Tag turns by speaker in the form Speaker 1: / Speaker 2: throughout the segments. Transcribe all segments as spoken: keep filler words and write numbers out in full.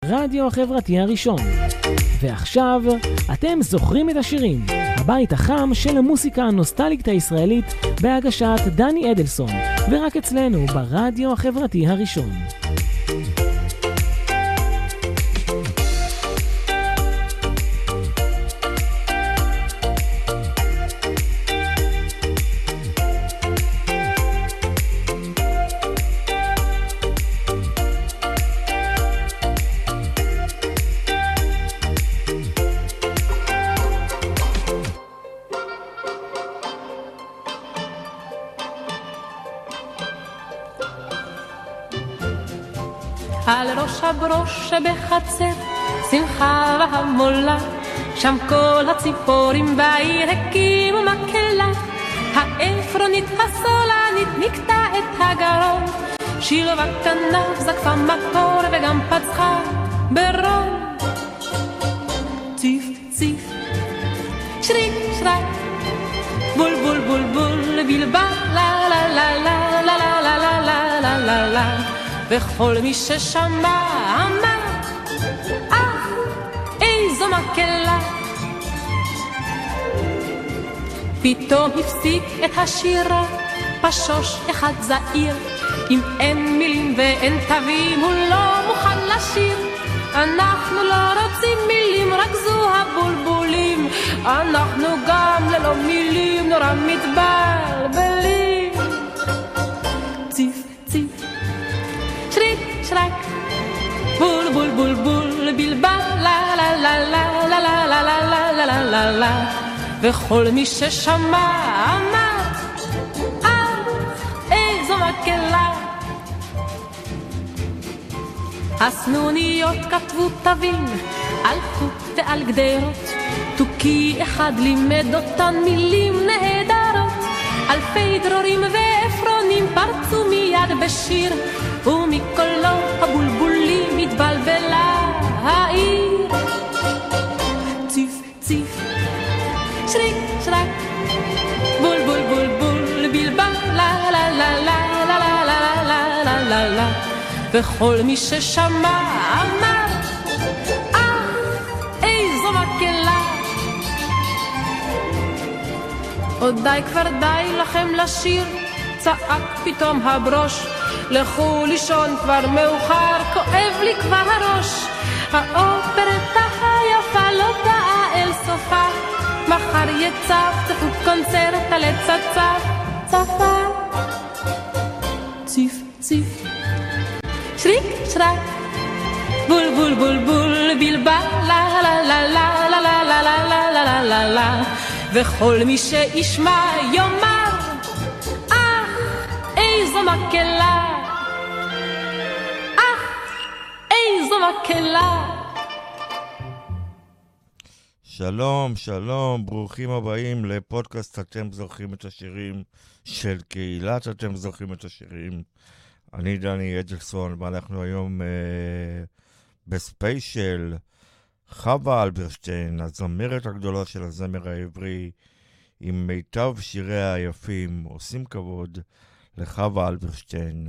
Speaker 1: הרדיו החברתי הראשון. ועכשיו, אתם זוכרים את השירים, הבית החם של המוסיקה הנוסטלגית הישראלית בהגשת דני אדלסון, ורק אצלנו ברדיו החברתי הראשון.
Speaker 2: על ראש הברוש שבחצר, שמחה והמולה, שם כל הציפורים בעיר הקימו מקהלה. האפרונית הסולנית נקטה את הגרון, שילבה כנף, זקפה מקור וגם פצחה ברון. ציף ציף, שריק שרק, בול בול בול בול, בלבל, לה לה לה לה לה לה לה לה לה לה לה. וכל מי ששמע אמר, אה, איזו מקהלה. פתאום הפסיק את השירה פשוש אחד זעיר, אם אין מילים ואין תווים הוא לא מוכן לשיר. אנחנו לא רוצים מילים, רק זו הבולבולים, אנחנו גם ללא מילים נורא מתבלבלים. ציף ציף, שריק שרק, בול בול בול בול, בלבל, לה לה לה לה לה לה לה לה לה לה לה לה. וכל מי ששמע אמר, אה, איזו מקהלה. הסנוניות כתבו תווים על חוט ועל גדרות, תוקי אחד לימד אותן מילים נהדרות. אלפי דרורים ואפרונים פרצו מיד בשיר, ומקולו הבולבולים התבלבלה העיר. ציף ציף, שריק שרק, בול בול בול בול, בלבל, לה לה לה לה לה לה לה לה לה לה לה. וכל מי ששמע אמר, אה, איזו מקהלה. עוד די כבר די לכם לשיר, צעק פתאום הברוש, לכו לישון כבר מאוחר, כואב לי כבר הראש. האופרטה היפה לא באה אל סופה, מחר יצפצפו קונצרט על הצצף צפה. ציף ציף, שריק שרק, בול בול בול בול, בלבל, לה לה לה לה לה לה לה לה לה לה לה לה. וכל מי שישמע יאמר, אה, איזו מקהלה, אה, איזו מקהלה.
Speaker 3: שלום, שלום, ברוכים הבאים לפודקאסט אתם זוכרים את השירים של קהילת אתם זוכרים את השירים. אני דני אדלסון, ואנחנו היום אה, בספיישל. חווה אלברשטיין, הזמרת הגדולה של הזמר העברי, עם מיטב שיריה היפים, עושים כבוד לחווה אלברשטיין.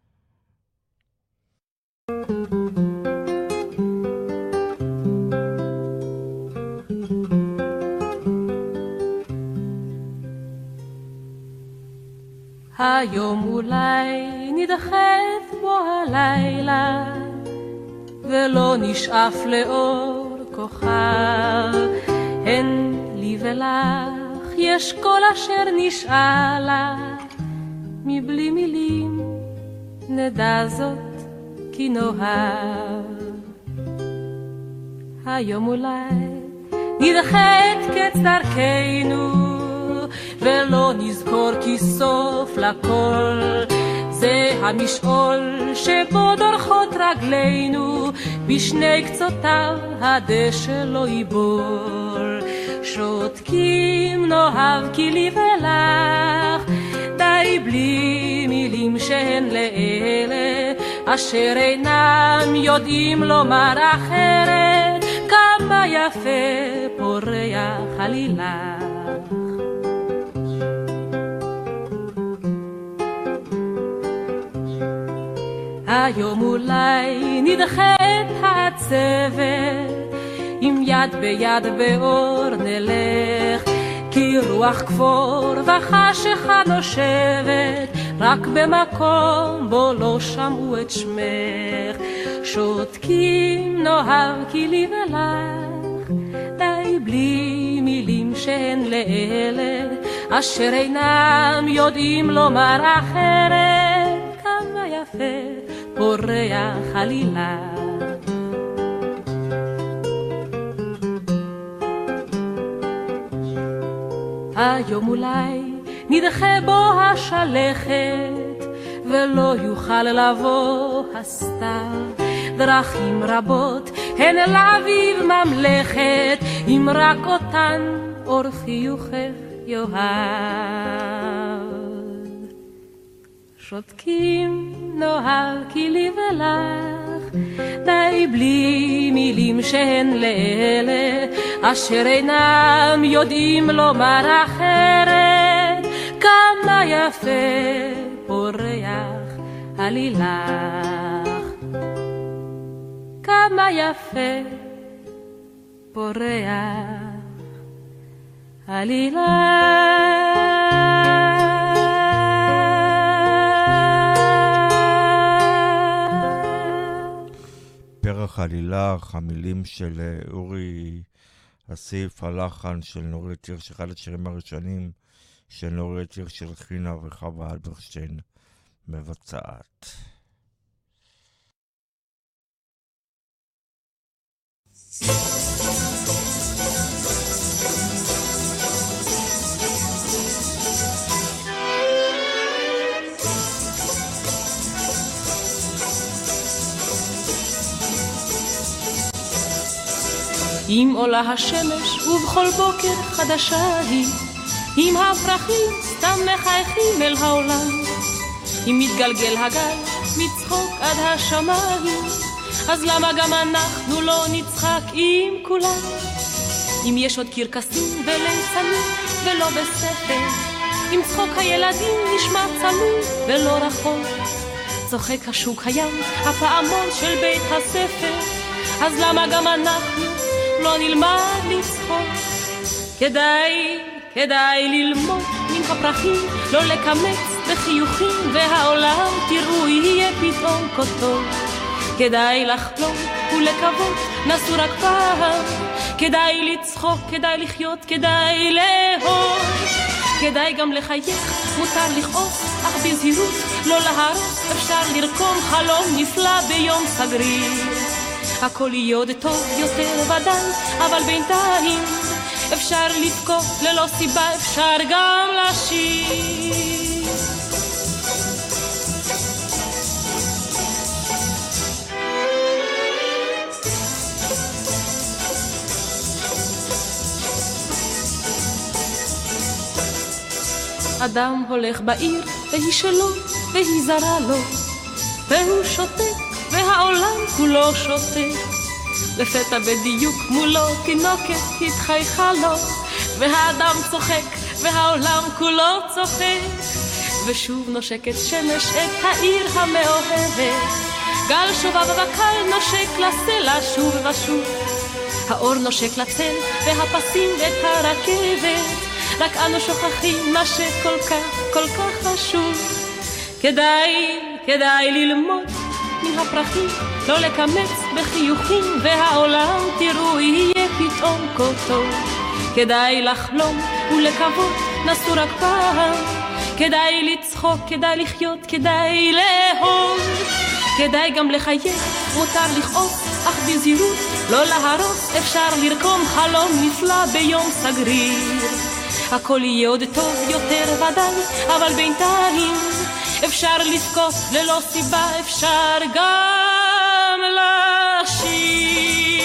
Speaker 2: היום אולי נדחת בו הלילה, ולא נשאף לאור כוכב, הן לי ולך יש כל אשר נשאלה, מבלי מילים נדע זאת כי נאהב. היום אולי נדחת קץ דרכנו, ולא נזכור כי סוף לכל זה המשעול שבו דורכות רגלינו, בשני קצותיו הדשא לא ייבול. שותקים נאהב כי לי ולך, די בלי מילים שהן לאלה אשר אינם יודעים לומר אחרת, כמה יפה פורח עלילך. היום אולי נדחת העצבת, עם יד ביד באור נלך, כי רוח כפור וחשיכה נושבת, רק במקום בו לא שמעו את שמך. שותקים נאהב כי לי ולך, די בלי מילים שהן לאלה, אשר אינם יודעים לומר אחרת, כמה יפה פורח עלילה. היום אולי נדחה בו השלכת, ולא יוכל לבוא הסתיו. דרכים רבות הן לאביב ממלכת, אם רק אותן אור חיוכך יאהב. שותקים נאהב כי לי ולך, די בלי מילים שהן לאלה, אשר אינם יודעים לומר אחרת, כמה יפה פורח עלילך, כמה יפה פורח עלילך.
Speaker 3: פרח עלילך, המילים של אורי אסיף, הלחן של נורית הירש, אחד השירים הראשונים של נורית הירש, של חינה וחווה אלברשטיין מבצעת.
Speaker 2: אם עולה השמש ובכל בוקר חדשה היא, אם הפרחים סתם מחייכים אל העולם, אם מתגלגל הגל מצחוק עד השמיים, אז למה גם אנחנו לא נצחק עם כולם? אם יש עוד קרקסים וליצנים ולא בספר, אם צחוק הילדים נשמע צלול ולא רחוק, צוחק השוק הים, הפעמון של בית הספר, אז למה גם אנחנו לא נלמד לצחוק? כדאי, כדאי ללמוד מן הפרחים, לא לקמץ בחיוכים, והעולם תראו יהיה פתאום כה טוב. כדאי לחלום ולקוות, נסו רק פעם, כדאי לצחוק, כדאי לחיות, כדאי לאהוב, כדאי גם לחייך, מותר לכעוס, אך בזהירות לא להרוס, אפשר לרקום חלום נפלא ביום סגריר. הכל יהיה עוד טוב יותר ודאי, אבל בינתיים אפשר לבכות ללא סיבה, אפשר גם לשיר. אדם הולך בעיר והיא שלו והיא זרה לו, והוא שותק והעולם כולו שותק. לפתע בדיוק מולו תינוקת התחייכה לו, והאדם צוחק והעולם כולו צוחק. ושוב נושקת שמש את העיר המאוהבת, גל שובב וקל נושק לסלע שוב ושוב, האור נושק לצל והפסים את הרכבת, רק אנו שוכחים מה שכל כך כל כך חשוב. כדאי, כדאי ללמוד מן הפרחים, לא לקמץ בחיוכים, והעולם תראו יהיה פתאום כה טוב. כדאי לחלום ולקוות, נסו רק פעם, כדאי לצחוק, כדאי לחיות, כדאי לאהוב, כדאי גם לחייך, מותר לכעוס, אך בזהירות לא להרוס, אפשר לרקום חלום נפלא ביום סגריר. הכל יהיה עוד טוב יותר ודאי, אבל בינתיים אפשר לבכות ללא סיבה, אפשר גם לשיר.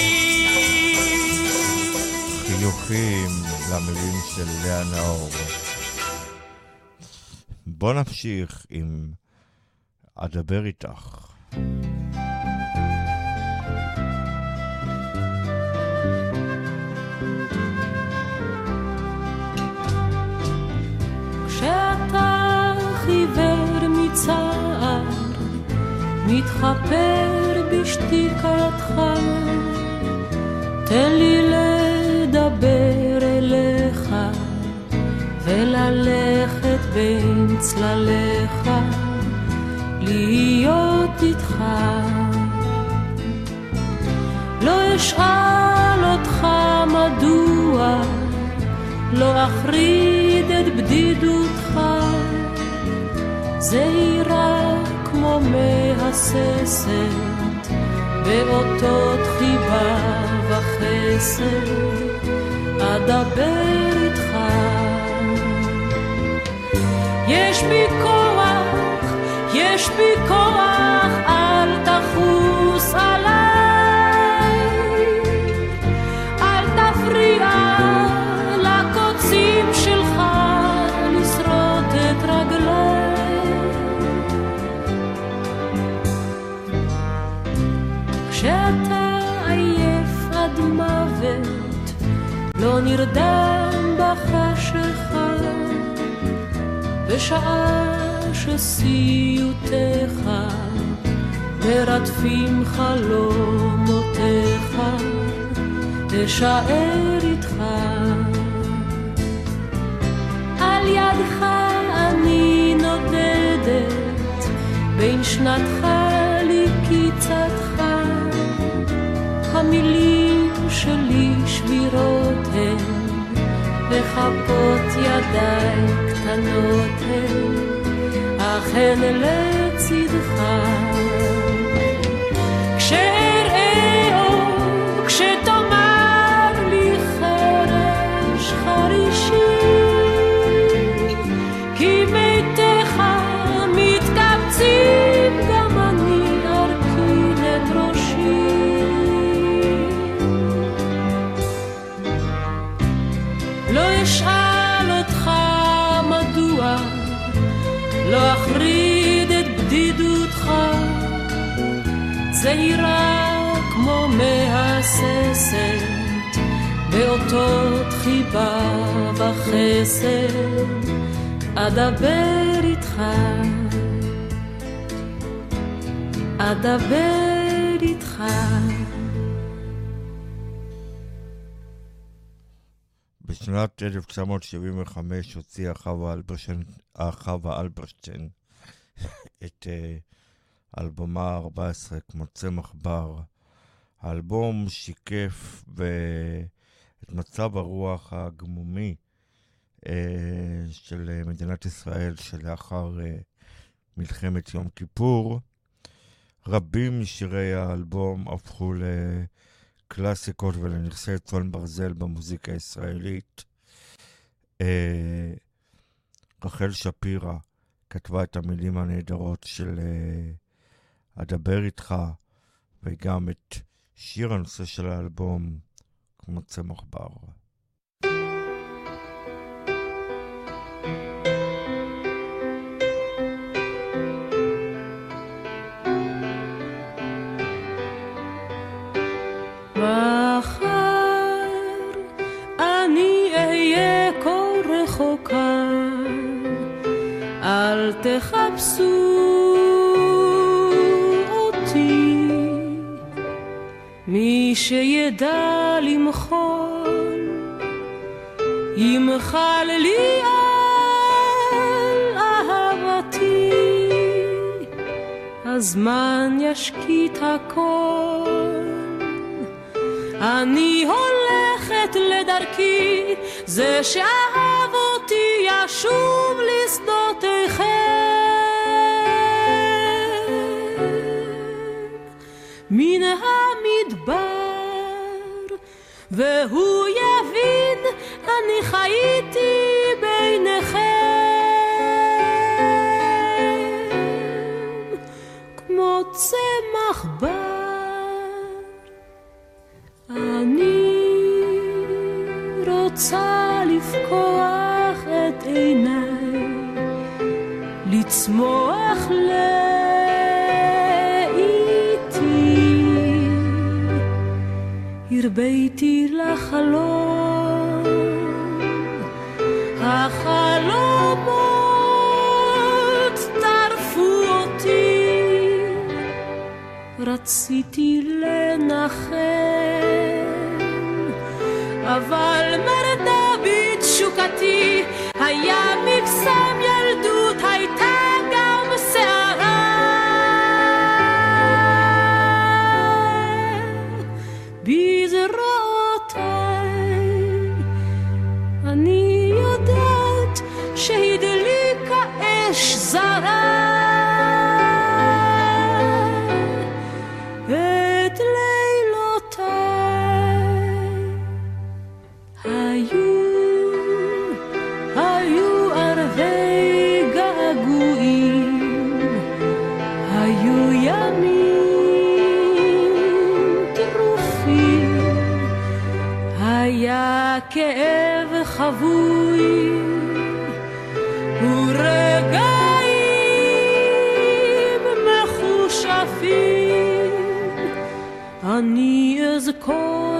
Speaker 3: חיוכים למילים של לאה נאור. בוא נמשיך עם אדבר איתך.
Speaker 2: כשאתה חיוור מצער, מתחפר בשתיקתך, תן לי לדבר אליך וללכת בין צלליך, להיות איתך. לא אשאל אותך מדוע, לא אחריד את בדידותך, זהירה כמו מהססת באותות חיבה וחסד, אדבר איתך. יש בי כוח, יש בי כוח, אל תחוס עליי, אל תפריע לקוצים שלך לשרוט את רגליי. כשאתה עייף עד מוות, לא נרדם בחשכה, בשעה שסיוטיך מרדפים חלומותיך, תשאר איתך. על ידך אני נודדת, בין שנתך לקיצתך, המילים שלי שבירות הן, וחפות ידיי קטנות הן, אך הן לצדך. כשאראו, כשתאמר לי חרש חרישי, כי מיתך מתקבצים, גם אני ארכין את ראשי. לא אשאל אותך מדוע, לא אחריד את בדידותך, זהירה כמו מהססת באותות חיבה וחסד, אדבר איתך, אדבר איתך.
Speaker 3: בשנת אלף תשע מאות שבעים וחמש הוציאה חווה אלברשטיין, חווה אלברשטיין את uh, אלבומה ארבע עשרה כמו צמח בר. האלבום שיקף ב... את מצב הרוח הגמומי uh, של מדינת ישראל שלאחר uh, מלחמת יום כיפור. רבים משירי האלבום הפכו ל... קלאסיקות ולנכסי צאן ברזל במוזיקה הישראלית. אה, רחל שפירא כתבה את המילים הנהדרות של אה, אדבר איתך, וגם את שיר הנושא של האלבום כמו צמח בר.
Speaker 2: מחר אני אהיה כה רחוקה, אל תחפשו אותי, מי שידע למחול ימחל לי על אהבתי, הזמן ישקיט הכל, אני הולכת לדרכי, זה שאהב אותי ישוב לשדותיכם, מן המדבר, והוא יבין אני חייתי ביניכם, כמו צמח בר. אני רוצה לפקוח את עיניי, לצמוח לאיתי, הרביתי לחלום, החלומות טרפו אותי, רציתי לנחם, אבל מרדה בתשוקתי, היה מקסם ילדות, הייתה גם שערה. בזרועותיי אני יודעת שהדליקה אש זרה, את לילותיי היו, היו ערבי געגועים, היו ימים טרופים, היה כאב חבוי ורגעים מחושפים. אני אזכור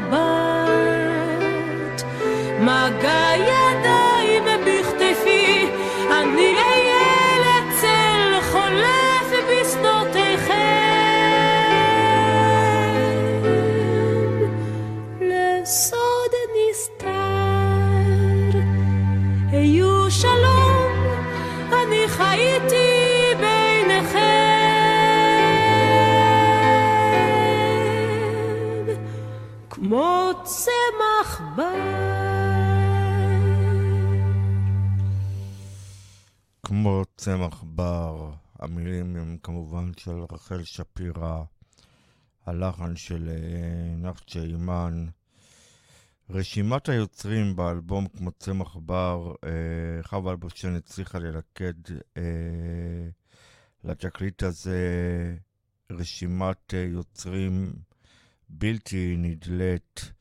Speaker 2: מבט, מגע ידיים בכתפי, אני אהיה לצל חולף בשדותיכם, לסוד נסתר היו שלום, אני חייתי ביניכם כמו צמח בר,
Speaker 3: כמו צמח בר. המילים הם כמובן של רחל שפירא, הלחן של נחצ'ה אימן. רשימת היוצרים באלבום כמו צמח בר, חווה אלברשטיין הצליחה ללכד לתקליט הזה רשימת יוצרים בלתי נדלת.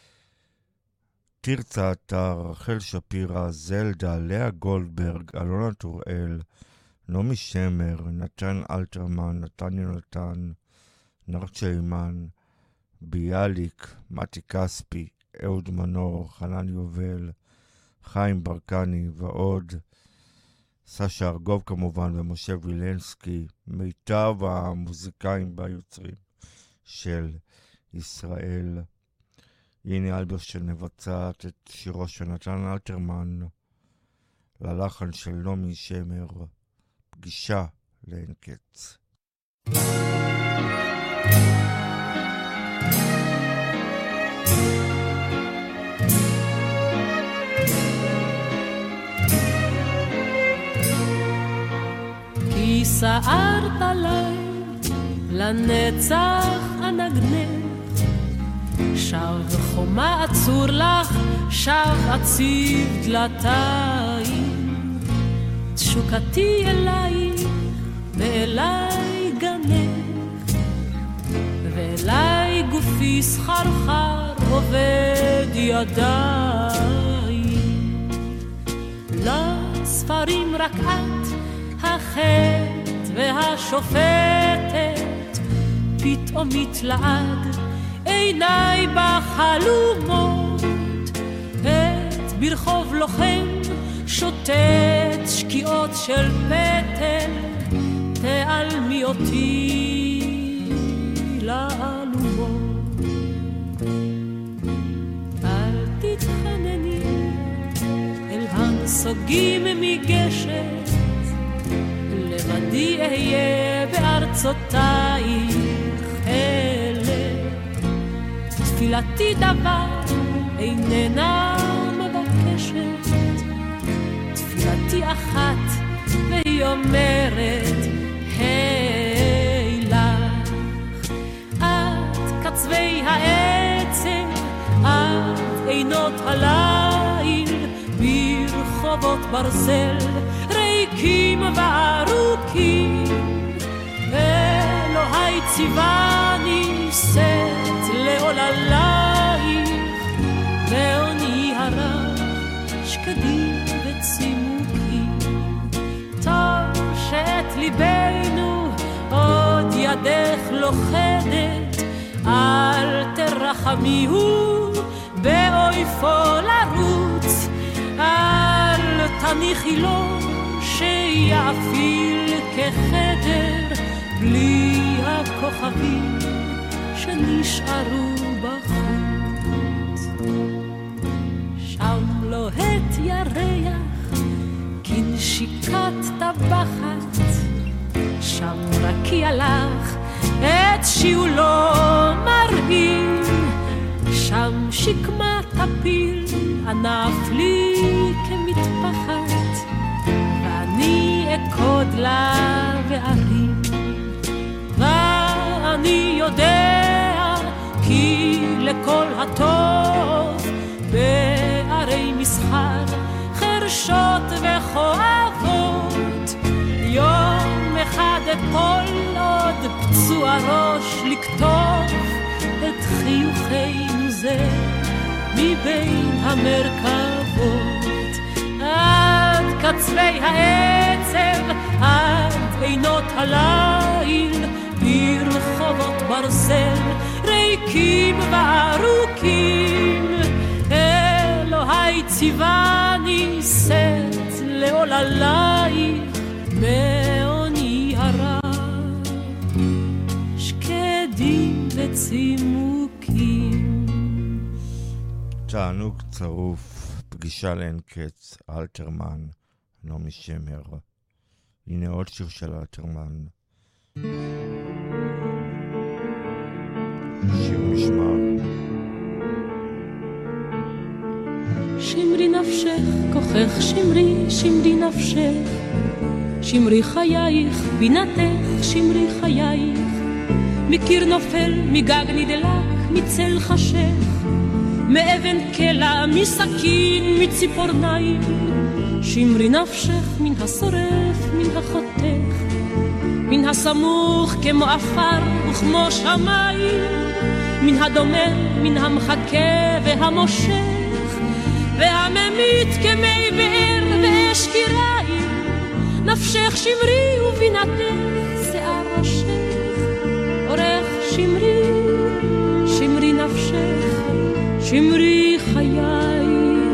Speaker 3: תרצה אתר, רחל שפירא, זלדה, לאה גולדברג, אלונה טוראל, נעמי שמר, נתן אלתרמן, נתן יונתן, נחצ'ה אימן, ביאליק, מתי כספי, אהוד מנור, חנן יובל, חיים ברקני ועוד, סשה ארגוב כמובן ומשה וילנסקי, מיטב המוזיקאים והיוצרים של ישראל. הנה אלברשטיין מבצעת את שירו של נתן אלתרמן ללחן של נעמי שמר, פגישה לאין קץ.
Speaker 2: כי סערת עליי לנצח אנגנך, שב חומה עצור לך, שב עציב דלתיים, תשוקתי אלייך ואליי גנך, ואליי גופי סחרחר עובד ידיים. לספרים רק את החטא והשופטת, פתאום מתלעד עיניי בחלומות, את ברחוב לוחם שוטט שקיעות של פטל, תעלמי אותי לעלומות. אל תתחנני אל הנסוגים מגשת, לבדי אהיה בארצותייך אלה, תפילתי דבר איננה מבקשת, תפילתי אחת והיא אומרת היי לך. את קצווי העצם, את עינות הליל, ברחובות ברזל ריקים וארוכים, אלוהי ציווני שאת לעוללייך, ועוני הרב שקדים וצימוקים. טוב שאת ליבנו עוד ידך לוחדת, אל תרחמיהו באויפו לרוץ, אל תניחי לו שיאפיל כחדר בלי הכוכבים שנשארו בחוץ. שם לוהט ירח כנשיקת טבחת, שם רקיע לך את שיעולו מרהיל, שם שקמת הפיל ענף לי כמטפחת, ואני אקוד לה וערים. ואני יודע כי לכל הטוב בערי מסחר חרשות וכואבות, יום אחד אפול עוד פצוע ראש לכתוב את חיוכנו זה מבין המרכבות, עד קצווי העצב, עד עינות הליל, ברחובות ברזל ריקים וארוכים. אלוהי ציווני שאת לעוללי מעוני הרב, שקדים וצימוקים.
Speaker 3: תענוג צרוף, פגישה לאין קץ, אלתרמן, נעמי שמר. הנה עוד שיר של אלתרמן, שיר משמר.
Speaker 2: שמרי נפשך, כוחך שמרי, שמרי נפשך, שמרי חייך, בינתך, שמרי חייך, מקיר נופל, מגג נדלק, מצל חשך, מאבן קלע, מסכין, מציפורניים, שמרי נפשך, מן השורף, מן החותך, מן הסמוך כמו אפר וכמו שמיים, מן הדומם, מן המחכה והמושך, והממית כמי באר ואש קיריים, נפשך שמרי ובינתך שיער ראשך, אורך שמרי, שמרי נפשך, שמרי חייך.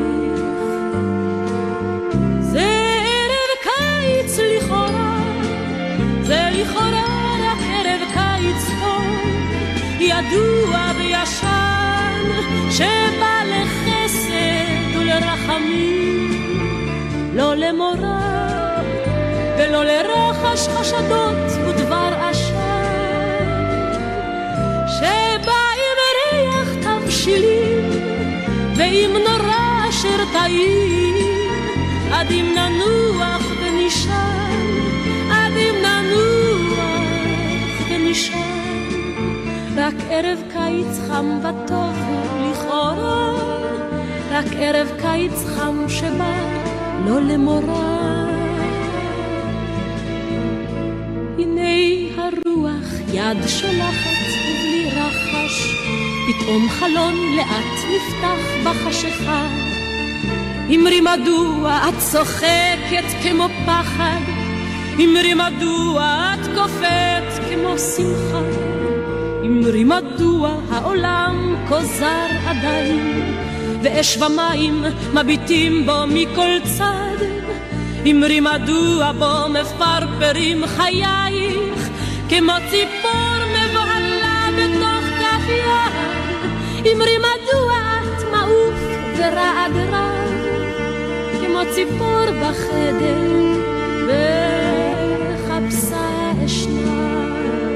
Speaker 2: זה ערב קיץ לכאורה, זה לכאורה רק ערב קיץ טוב, ידוע וישן שבא לחסד ולרחמים, לא למורא ולא לרחש חשדות ודבר עשן, שבא עם ריח תבשילים ועם נורא אשר טעים, עד אם ננוח ונשן, עד אם ננוח ונשן. רק ערב קיץ חם וטוב הוא לכאורה, רק ערב קיץ חם שבא לא למורא. הנה הרוח יד שולחת ובלי רחש, פתאום חלון לאט נפתח בחשיכה. אמרי מדוע את צוחקת כמו פחד, אמרי מדוע את קופאת כמו שמחה, אמרי מדוע העולם כוזר עדיין, ואש ומים מביטים בו מכל צד, אמרי מדוע בו מפרפרים חייך, כמו ציפור מבוהלה בתוך כף יד, אמרי מדוע את מעוף ורעד רב, כמו ציפור בחדר וחפשה אשנב.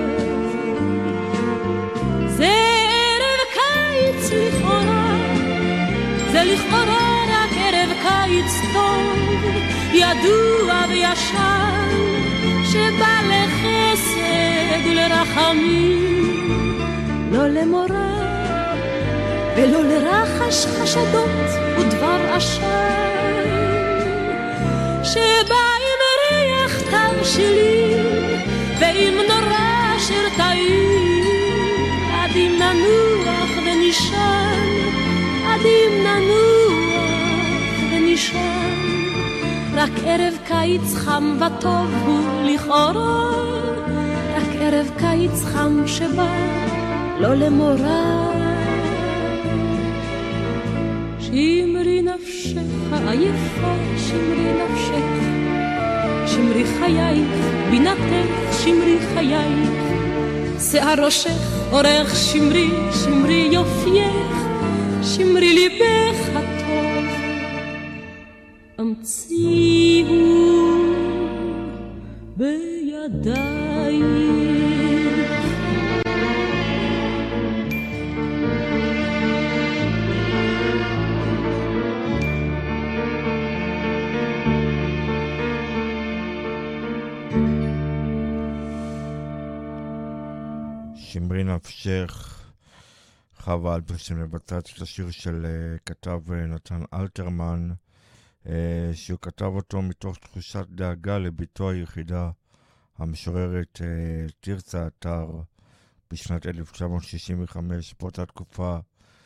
Speaker 2: זה ערב קיץ לכאורה, זה לכאורה רק ערב קיץ טוב, ידוע וישן שבא לחסד ולרחמים, לא למורא ולא לרחש חשדות ודבר עשן, שבא עם ריח תבשילים ועם נורא אשר טעים, עד אם ננוח ונשן, עד אם ננוח ונשן. רק ערב קיץ חם וטוב הוא לכאורה, רק ערב קיץ חם שבא לא למורא. שמרי נפשך עייפה, שמרי נפשך, שמרי חייך, בינתך, שמרי חייך, שיער ראשך אורך שמרי, שמרי יופייך, שמרי ליבך הטוב. המציאו בידייך
Speaker 3: שמרי נפשך. חווה אלברשטיין מבצעת את השיר של uh, כתב uh, נתן אלתרמן, uh, שהוא כתב אותו מתוך תחושת דאגה לביתו היחידה, המשוררת uh, תרצה אתר, בשנת אלף תשע מאות שישים וחמש, באותה תקופה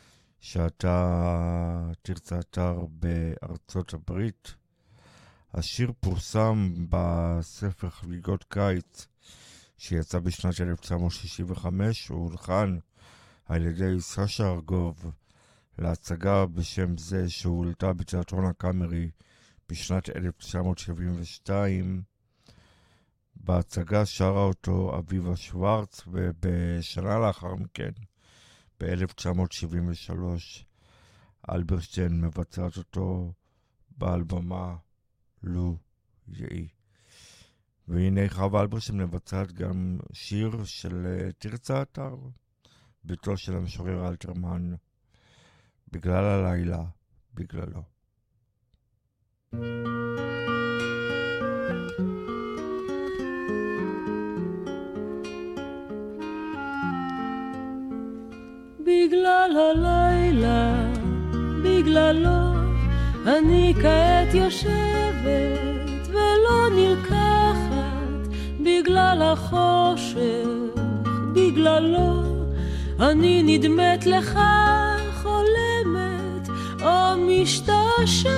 Speaker 3: שהייתה תרצה אתר בארצות הברית. השיר פורסם בספר חגיגות קיץ שיצא בשנת אלף תשע מאות שישים וחמש, הוא הולחן על ידי סשה ארגוב להצגה בשם זה שהולתה בתיאטרון הקאמרי בשנת אלף תשע מאות שבעים ושתיים. בהצגה שרה אותו אביבה שוורץ, ובשנה לאחר מכן, ב-אלף תשע מאות שבעים ושלוש, אלברשטיין מבצעת אותו באלבומה לו יהי. והנה חווה אלברשטיין מבצעת גם שיר של תרצה אתר, ביתו של המשורר אלתרמן, בגלל הלילה, בגללו.
Speaker 2: בגלל הלילה, בגללו, אני כעת יושבת ולא נלקחת, בגלל החושך, בגללו, אני נדמת לך חולמת או משתשעת,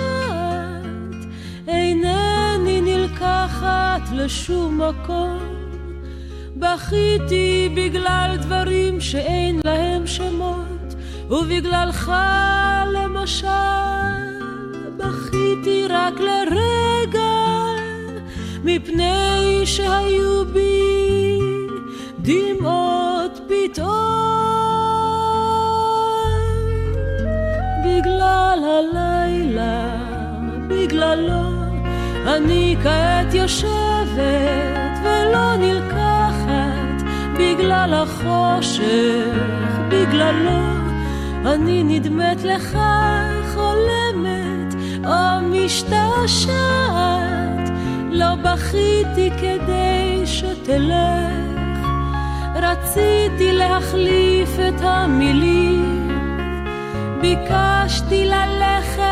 Speaker 2: אינני נלקחת לשום מקום, בכיתי בגלל דברים שאין להם שמות, ובגללך למשל בכיתי רק לרגע, מפני שהיו בי דמעות פתאום. בגלל הלילה, בגללו, אני כעת יושבת ולא נלקחת, בגלל החושך, בגללו, אני נדמת לך חולמת או משתשעת, לא בכיתי כדי שתלך, רציתי להחליף את המילים, ביקשתי ללכת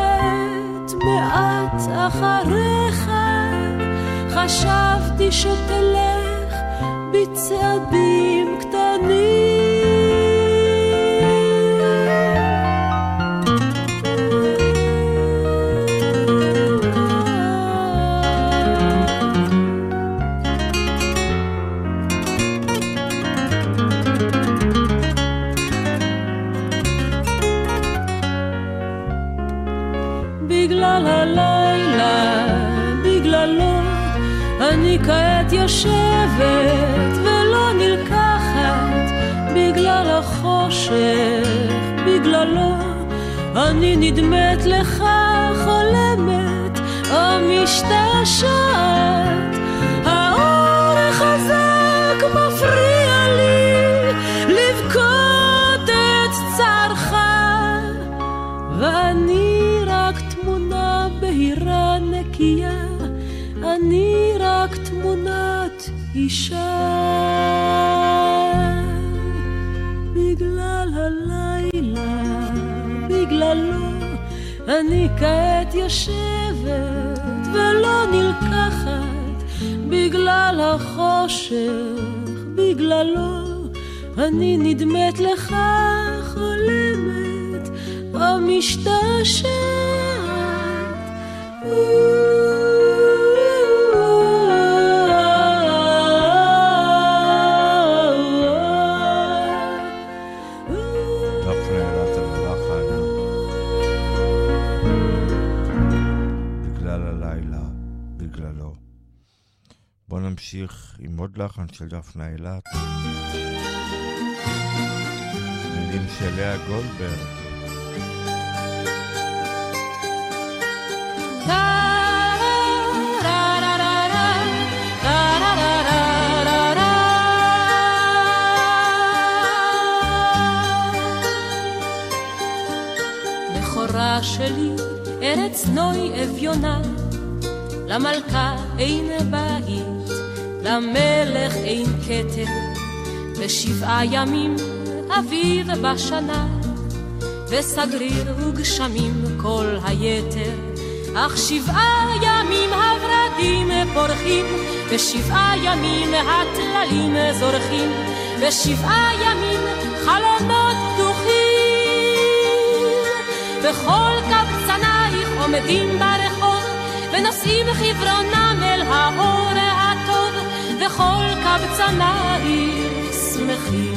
Speaker 2: מעט אחריך, חשבתי שתלך בצעדים קטנים. בגלל הלילה, בגללו, אני כעת יושבת ולא נלקחת, בגלל החושך, בגללו, אני נדמת לך חולמת או משתשעת, האור החזק מפריע לי לבכות את צערך, ואני רק תמונה בהירה נקייה, אני רק תמונת אישה. בגלל הלילה, בגללו, אני כעת יושבת ולא נלקחת, בגלל החושך, בגללו, אני נדמת לך חולמת או משתשעת.
Speaker 3: נמשיך עם עוד לחן של דפנה אילת. מילים של לאה גולדברג.
Speaker 2: בכורה שלי ארץ נוי אביונה, למלכה אין בית, למלך אין כתר, בשבעה ימים אביב בשנה, וסגריר וגשמים כל היתר, אך שבעה ימים הורדים פורחים, בשבעה ימים הטללים זורחים, בשבעה ימים חלומות פתוחים, בכל קבצנייך עומדים ברחוב, ונושאים חברונם אל האור הטוב, וכל קבצנייך שמחים.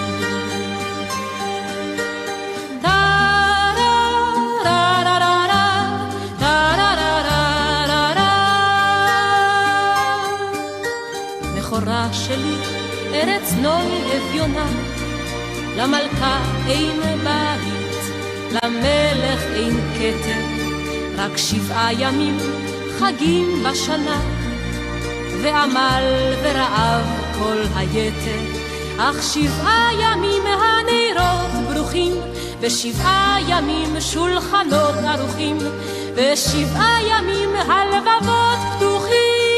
Speaker 2: בכורה שלי ארץ נוי אביונה, למלכה אין בית, למלך אין כתר, רק שבעה ימים חגים בשנה, ועמל ורעב כל היתר, אך שבעה ימים הנרות ברוכים, בשבעה ימים שולחנות ערוכים, בשבעה ימים הלבבות פתוחים,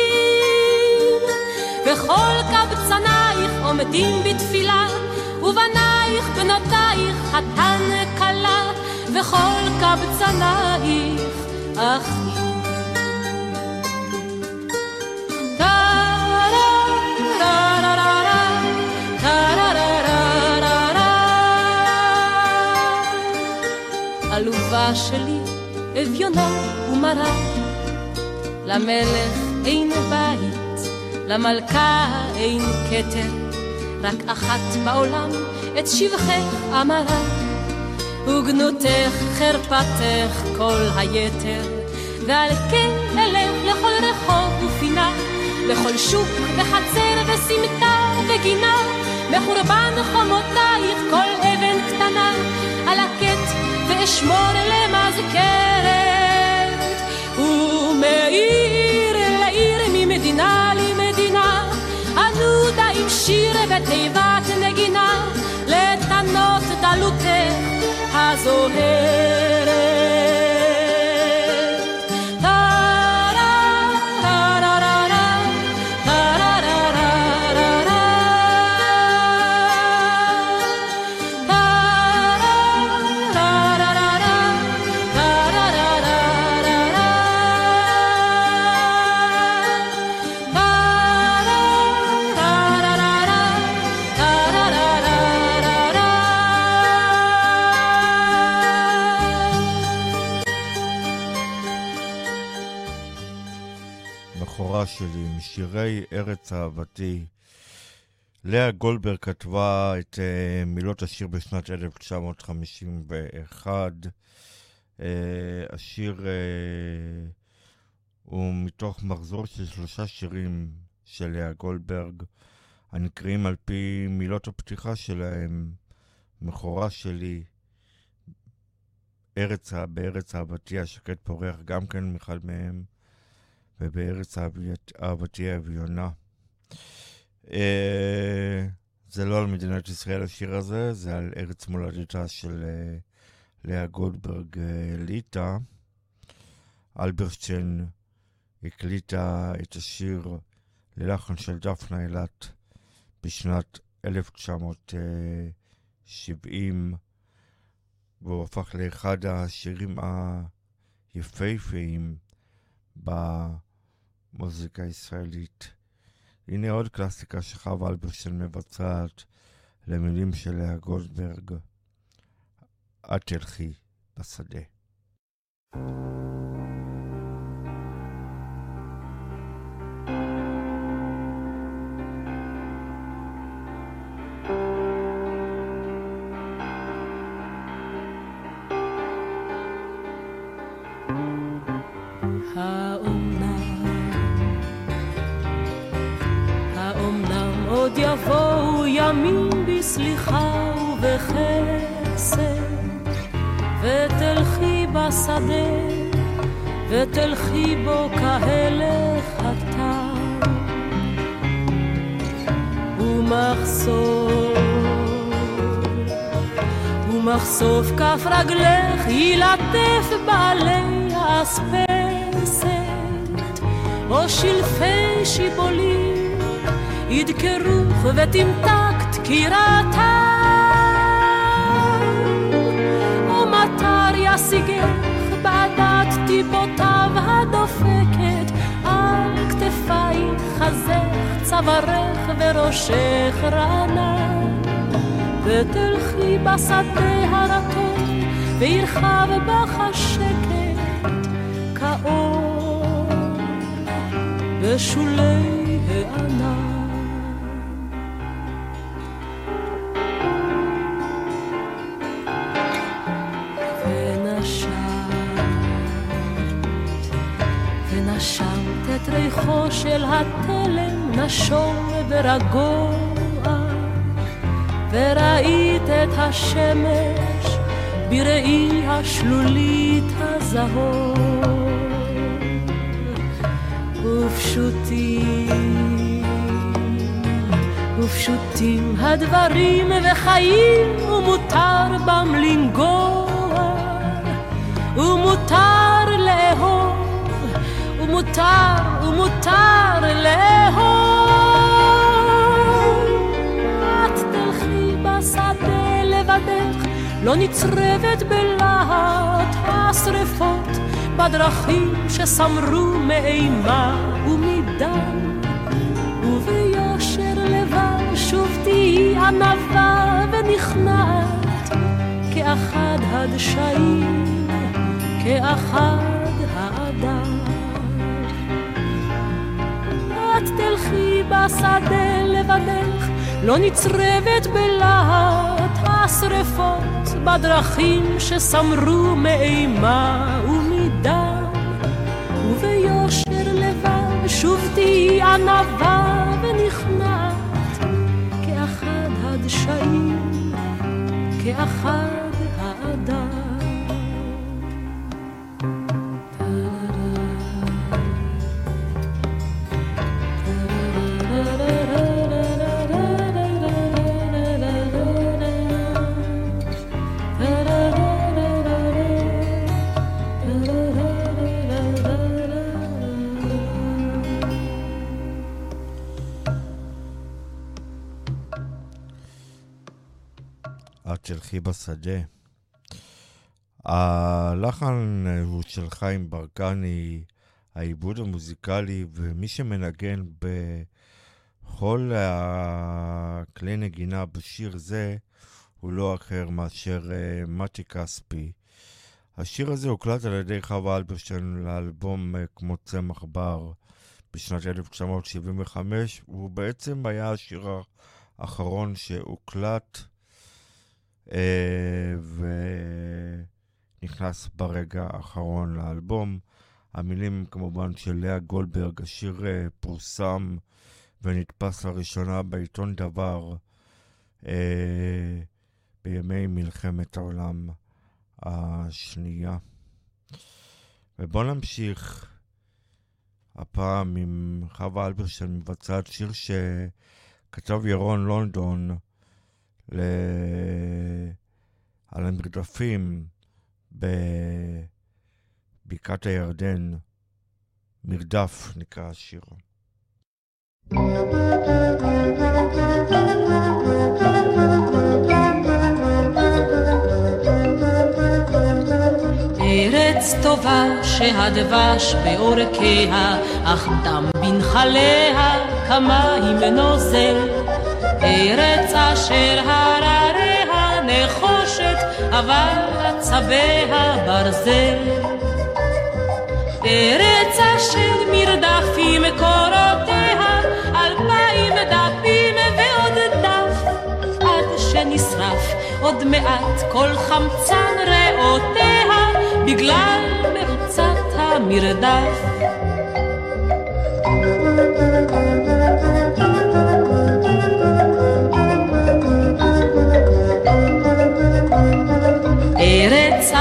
Speaker 2: בכל קבצנייך עומדים בתפילה, ובנייך בנותייך חתן כלה, וכל קבצנייך אחים. עלובה שלי אביונה ומרה, למלך אין בית, למלכה אין כתר, רק אחת בעולם את שבחך אמרה, וגנותך חרפתך כל היתר, ועל כן אלך לכל רחוב ופינה, לכל שוק וחצר וסמטה וגינה, מחורבן חומותייך כל אבן קטנה, על הקט ואשמור למזכרת, ומעיר לעיר ממדינה למדינה, ענודה עם שיר ותיבת נגינה, לתנות דלותך הזוהרת.
Speaker 3: שלי משירי ארץ אהבתי. לאה גולדברג כתבה את uh, מילות השיר בשנת אלף תשע מאות חמישים ואחת. uh, השיר uh, הוא מתוך מחזור של שלושה שירים של לאה גולדברג, הנקראים על פי מילות הפתיחה שלהם: מכורה שלי, ארץ, בארץ אהבתי השקט פורח, גם כן מיכל מהם, ובארץ אהבתי אביונה. אה, זה לא על מדינת ישראל השיר הזה, זה על ארץ מולדתה של אה, לאה גולדברג אה, ליטה. אלברשטיין הקליטה את השיר ללחן של דפנה אילת בשנת אלף תשע מאות שבעים, והוא הפך לאחד השירים היפהפיים במוזיקה הישראלית. הנה עוד קלאסיקה שחווה אלברשטיין מבצעת למילים של לאה גולדברג, את תלכי בשדה.
Speaker 2: עוד יבואו ימים בסליחה ובחסד, ותלכי בשדה, ותלכי בו כהלך הטל, ומחשוף, ומחשוף כף רגלך ילטף בעלי האספסת, או שלפי שיבולים ידקרוך ותמתק דקירתה, או מטר ישיגך בעדת טיבותיו הדופקת, על כתפייך חזך צווארך וראשך רענן, ותלכי בשדה הרטוב וירחב בך השקט כאור בשולי הענן. ונשמת את ריחו של התלם נשום ורגוע, וראית את השמש בראי השלולית הזהוב, ופשוטים ופשוטים הדברים וחיים, ומותר בם לנגוע, ומותר לאהוב, ומותר ומותר לאהוב. את תלכי בשדה לבדך, לא נצרבת בלהט השרפות, בדרכים שסמרו מאימה ומדם, וביושר לבד שוב תהי ענווה ונכנעת, כאחד הדשאים, כאחד האדם. את תלכי בשדה לבדך, לא נצרבת בלהט השרפות, בדרכים שסמרו מאימה ומדם, וביושר לבד שוב תהי ענווה ונכנעת, כאחד הדשאים, כאחד האדם.
Speaker 3: תלכי בשדה. הלחן הוא של חיים ברקני, העיבוד המוזיקלי, ומי שמנגן בכל הכלי נגינה בשיר זה הוא לא אחר מאשר מתי כספי. השיר הזה הוקלט על ידי חווה אלברשטיין לאלבום כמו צמח בר בשנת אלף תשע מאות שבעים וחמש, והוא בעצם היה השיר האחרון שהוקלט ונכנס ברגע האחרון לאלבום. המילים כמובן של לאה גולדברג. השיר פורסם ונתפס לראשונה בעיתון דבר בימי מלחמת העולם השנייה. ובוא נמשיך הפעם עם חווה אלברשטיין מבצעת שיר שכתב ירון לונדון ל... על המרדפים בבקעת הירדן. מרדף נקרא השיר.
Speaker 2: ארץ טובה שהדבש באורכיה, אך דם בנחליה כמים נוזל. ארץ אשר הרריה נחושת, אבל עצביה ברזל. ארץ אשר מרדפים קורותיה, אלפיים דפים ועוד דף, עד שנשרף עוד מעט כל חמצן ריאותיה, בגלל מרוצת המרדף.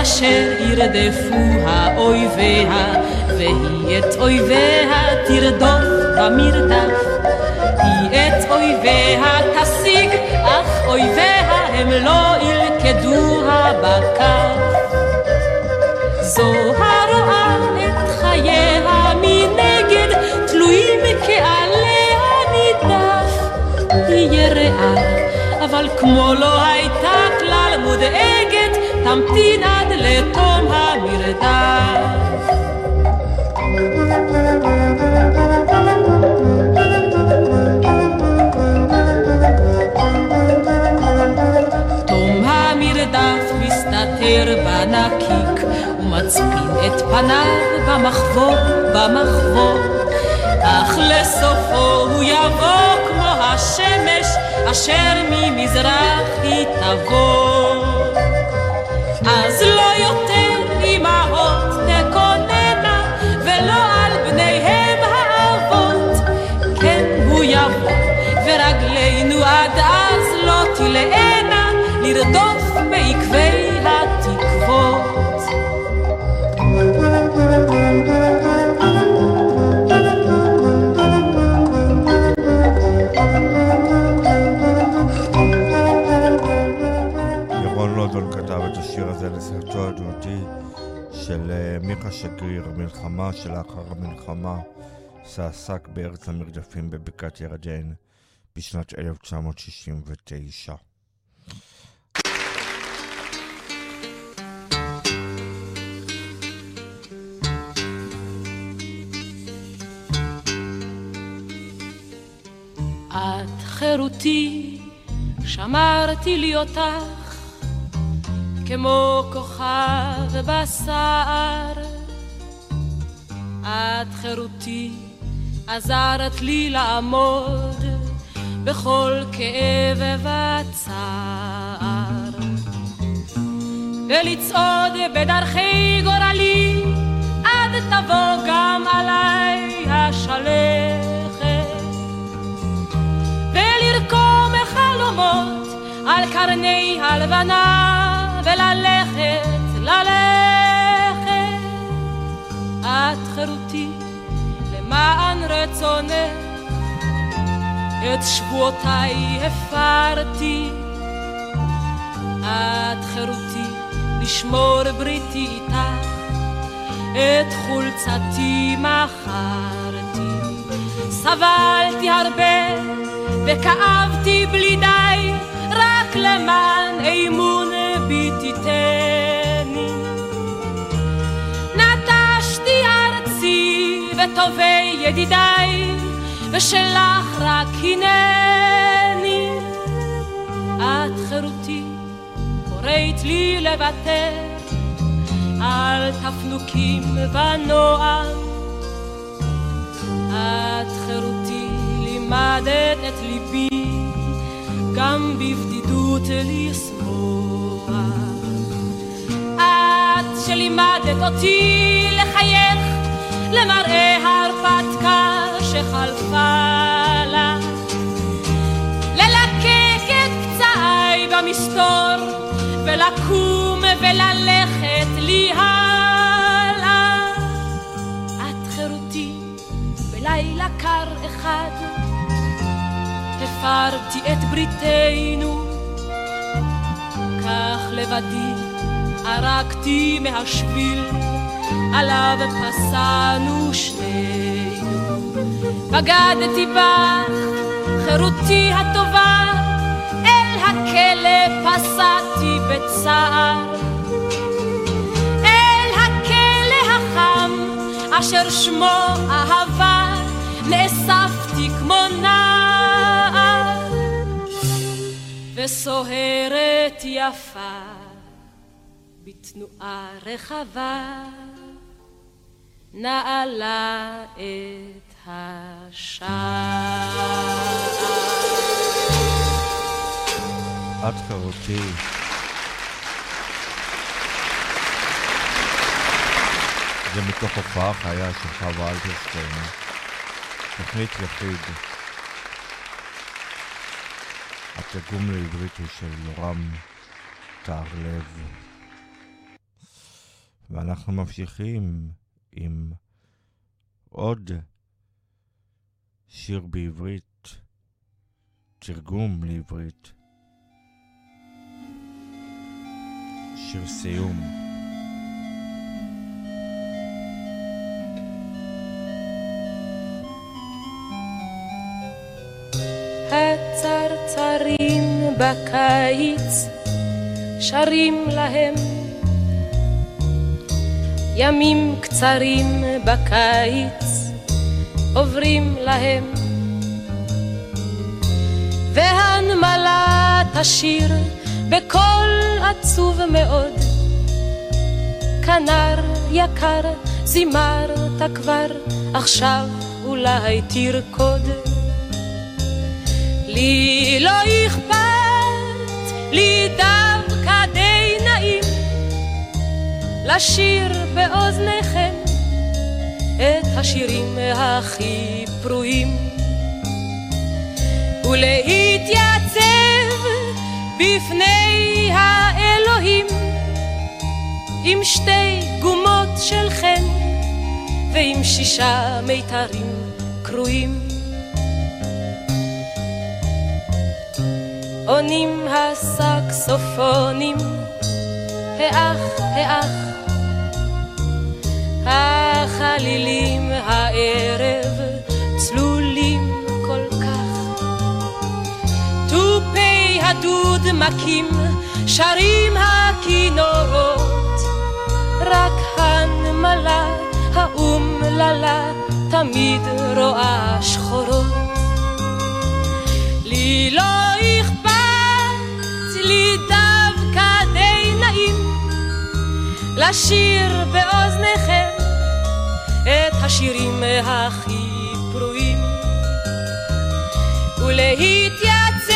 Speaker 2: אשר ירדפו האויביה, והיא את אויביה תרדוף במרדף. היא את אויביה תשיג, אך אויביה הם לא ילכדוה בכף. זו הרואה את חייה מנגד, תלויים כעליה מדף. היא יראה, אבל כמו לא הייתה כלל מודאגת, תמתין עד לתום המרדף. תום המרדף מסתתר בנקיק, ומצפין את פניו במחבור, במחבור. אך לסופו הוא יבוא כמו השמש, אשר ממזרח היא תבוא. אז לא יותר אמהות תקוננה, ולא על בניהם האבות. כן הוא יבוא, ורגלינו עד אז לא תלענה, לרדוף בעקבי התקוות.
Speaker 3: לונדון כתב את השיר הזה לסרטו הדמותי של מיכה שגריר, המלחמה שלאחר המלחמה, שעסק בארץ המרדפים בבקעת ירדן בשנת אלף תשע מאות שישים ותשע.
Speaker 2: את חירותי, שמרתי לי אותך כמו כוכב בסער. את חירותי, עזרת לי לעמוד בכל כאב וצער, ולצעוד בדרכי גורלי, עד תבוא גם עליי השלכת, ולרקום חלומות על קרני הלבנה, וללכת, ללכת. את חירותי, למען רצונך, את שבועותיי הפרתי. את חירותי, לשמור בריתי איתך, את חולצתי מכרתי. סבלתי הרבה וכאבתי בלי די, רק למען אמון ביתיתני. נטשתי ארצי וטובי ידידיי, ושלך רק הנני. את חירותי, קוראת לי לוותר על תפנוקים ונועם. את חירותי, לימדת את ליבי גם בבדידות לשמוח. את שלימדת אותי לחייך למראה הרפתקה שחלפה לה, ללקק את פצעי במסתור ולקום וללכת לי הלאה. את חירותי, בלילה קר אחד הפרתי את בריתנו, כך לבדי ערקתי מהשביל עליו פסענו שנינו. בגדתי בך חירותי הטובה, אל הכלא פסעתי בצער, אל הכלא החם אשר שמו אהבה, נאספתי כמו נער, וסוהרת יפה בתנועה רחבה נעלה את השער.
Speaker 3: את חירותי, זה מתוך הופעה חיה של חווה אלברשטיין, תוכנית יחיד. התרגום לעברית הוא של יורם תהרלב. ואנחנו ממשיכים עם עוד שיר בעברית, תרגום לעברית, שיר סיום.
Speaker 2: הצרצרים בקיץ שרים להם, ימים קצרים בקיץ עוברים להם, והנמלה תשיר בקול עצוב מאוד, כנר יקר זימרת כבר, עכשיו אולי תרקוד. לי לא אכפת, לי דווקא די נעים לשיר באוזניכם את השירים הכי פרועים, ולהתייצב בפני האלוהים עם שתי גומות של חן ועם שישה מיתרים קרועים. עונים הסקסופונים, האח, האח, החלילים הערב צלולים כל כך, טופי הדוד מקים, שרים הכינורות, רק הנמלה האומללה תמיד רואה שחורות. לי לא לי דווקא די נעים לשיר באוזניכם את השירים הכי פרועים, ולהתייצב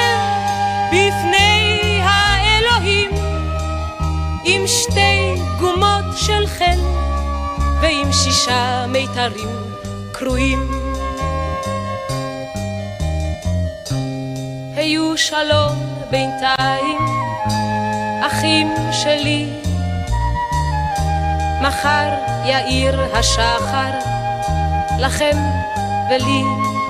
Speaker 2: בפני האלוהים עם שתי גומות של חן ועם שישה מיתרים קרועים. היו שלום בינתיים אחים שלי, מחר יאיר השחר לכם ולי,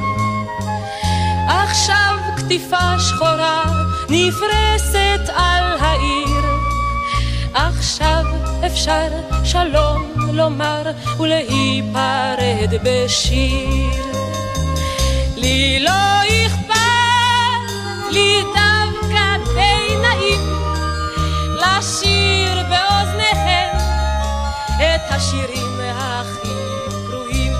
Speaker 2: עכשיו כתיפה שחורה נפרסת על העיר, עכשיו אפשר שלום לומר ולהיפרד בשיר. לי לא אכפת, לי דווקא די נעים לשיר באוזניכם את השירים הכי פרועים,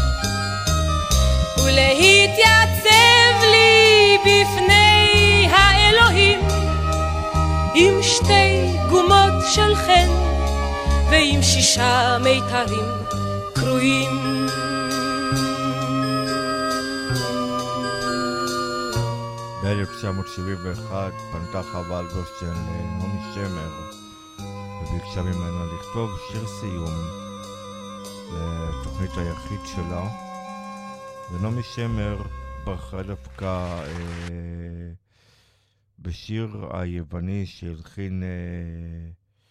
Speaker 2: ולהתייצב לי בפני האלוהים עם שתי גומות של חן ועם שישה מיתרים קרועים.
Speaker 3: ב-אלף תשע מאות שבעים ואחת פנתה חווה אלברשטיין לנעמי שמר וביקשה ממנה לכתוב שיר סיום לתוכנית היחיד שלה, ונעמי שמר בחרה דווקא אה, בשיר היווני שהלחין, אה,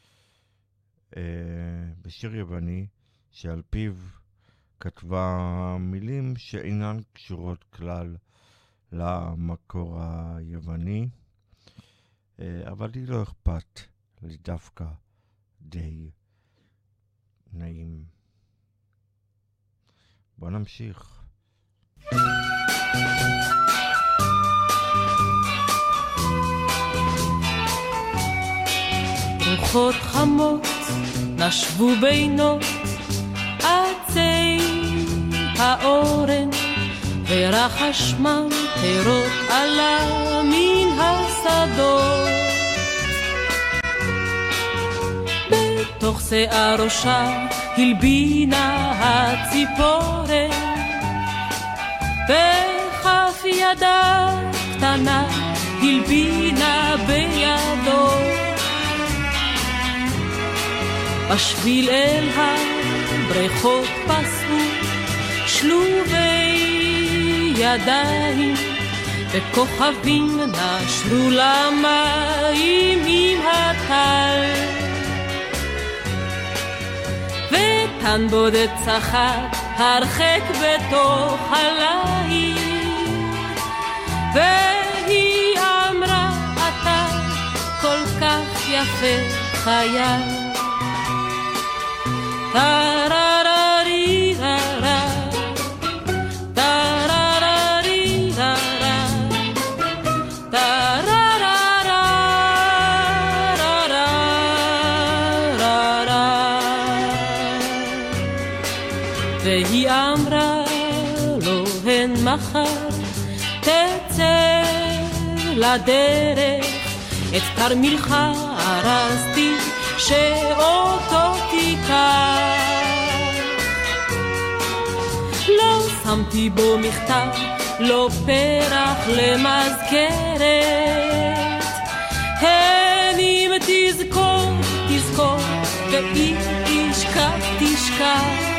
Speaker 3: אה, בשיר יווני שעל פיו כתבה מילים שאינן קשורות כלל למקור היווני, אבל לי לא אכפת, לי דווקא די נעים. בוא נמשיך.
Speaker 2: רוחות חמות נשבו בינות עצי האורן, ורחש ממטרות עלה מן השדות, בתוך שיער ראשה הלבינה הציפורן, בכף ידה קטנה הלבינה בידו, בשביל אל הבריכות פסעו שלובי ידיים, וכוכבים נשרו למים עם הטל, כאן בודד צחק הרחק בתוך הליל, והיא אמרה אתה כל כך יפה חייל. טרררי ררה טרררי ררה טרררה ררה ררה, והיא אמרה לו הן מחר תצא לדרך, את כרמילך ארזתי שאותו תיקח, לא שמתי בו מכתב, לא פרח למזכרת, הן אם תזכור, תזכור, ואם תשכח, תשכח.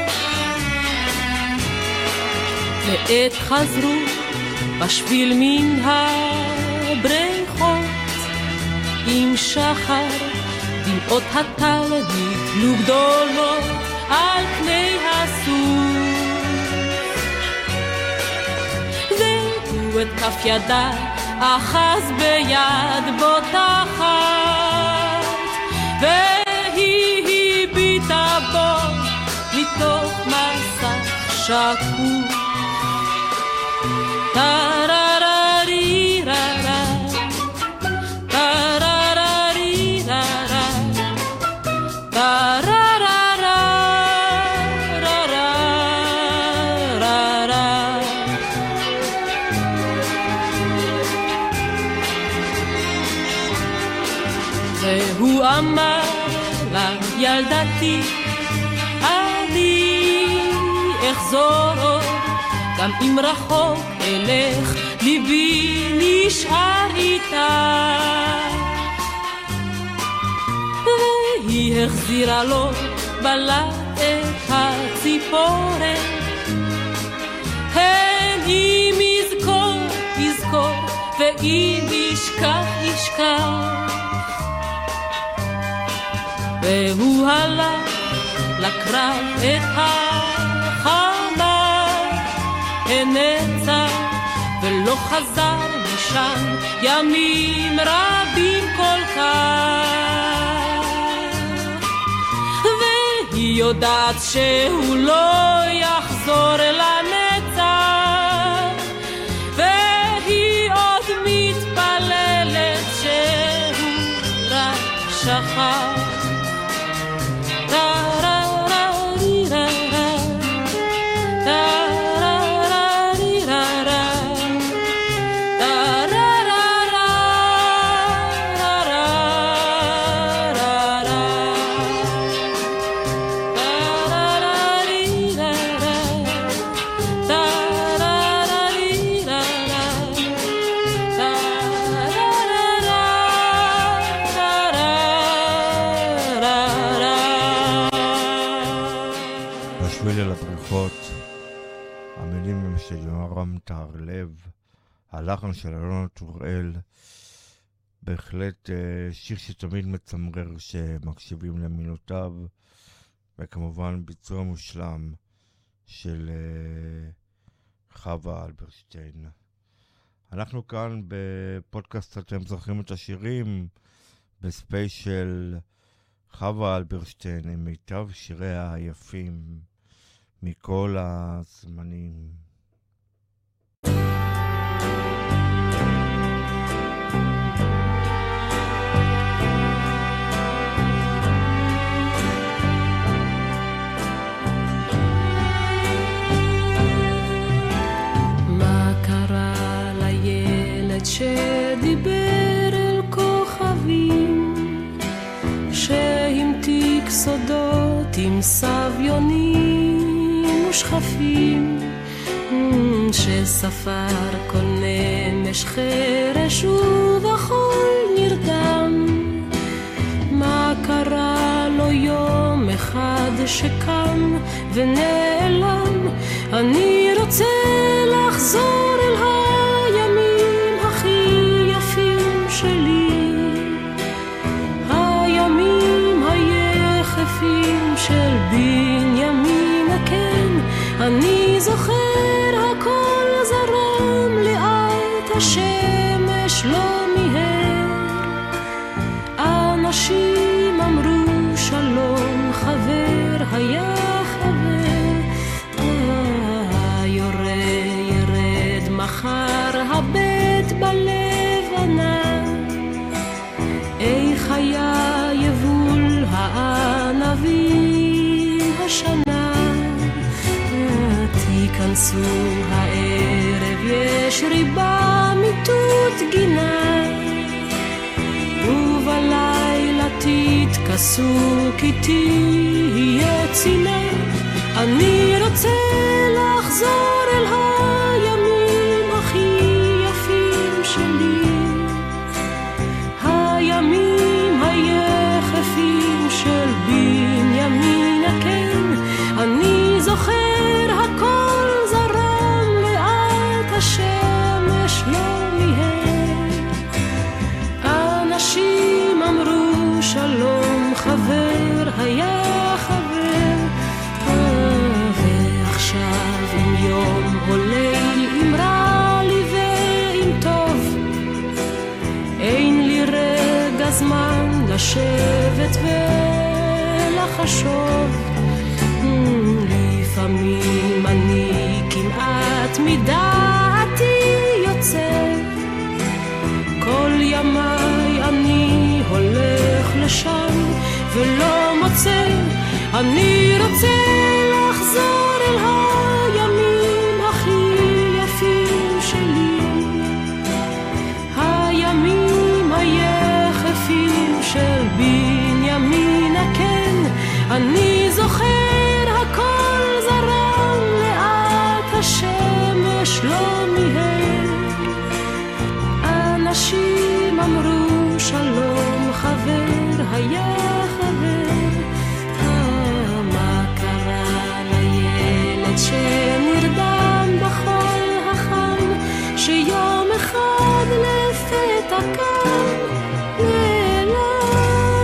Speaker 2: ועת חזרו בשביל מן הבריכות, עם שחר דמעות הטל נתלו גדולות על פני הסוף, והוא את כף ידה אחז ביד בוטחת, והיא הביטה בו מתוך מסך שקוף. טרררי ררה טרררי ררה טרררה ררה ררה, והוא אמר לה ילדתי אני אחזור עוד, גם אם רחוק אלך ליבי נשאר איתה, והיא החזירה לו בלט את הציפורת, הן אם יזכור יזכור ואם ישכח ישכח, והוא הלך לקרב את החמה, הנצח ולא חזר משם ימים רבים כל כך, והיא יודעת שהוא לא יחזור לנצח, והיא עוד מתפללת שהוא רק שכח.
Speaker 3: המילים הם של יורם טהרלב, הלחן של אלונה טוראל, בהחלט שיר שתמיד מצמרר שמקשיבים למילותיו, וכמובן ביצוע מושלם של חווה אלברשטיין. אנחנו כאן בפודקאסט אתם זוכרים את השירים, בספיישל חווה אלברשטיין עם מיטב שיריה היפים מכל הזמנים.
Speaker 2: מה קרה לילד שדיבר אל כוכבים, שהמתיק סודות עם סביונים ושכפים, שספר כל נמש חרש ובחול נרדם? מה קרה לו יום אחד שקם ונעלם? אני רוצה לחזור אל הימים הכי יפים שלי, הימים היחפים של בנימין. השנה. תיכנסו הערב, יש ריבה מיטוט גינה, ובלילה תתכסו כי תהיה צינה. אני רוצה לחזור אל הימים הכי יפים שלי, הימים היחפים של בנימין, כן, אני זוכר הכל זרם לאט, השמש לא מיהר, אנשים אמרו שלום, חבר היה חבר, ועכשיו עם יום הולל, עם רע לי ועם טוב, אין לי רגע זמן לשבת ולחשוב. לפעמים אני כמעט מדעתי יוצא, כל ימיי אני הולך לשם ולא מוצא. אני רוצה לחזור אל הימים הכי יפים שלי, הימים היחפים של בנימין, כן, אני זוכר הכל זרם לאט, השמש לא מיהר, אנשים אמרו שלום, חבר היה חבר. אה, מה קרה לילד שנרדם בחול החם, שיום אחד לפתע קם נעלם.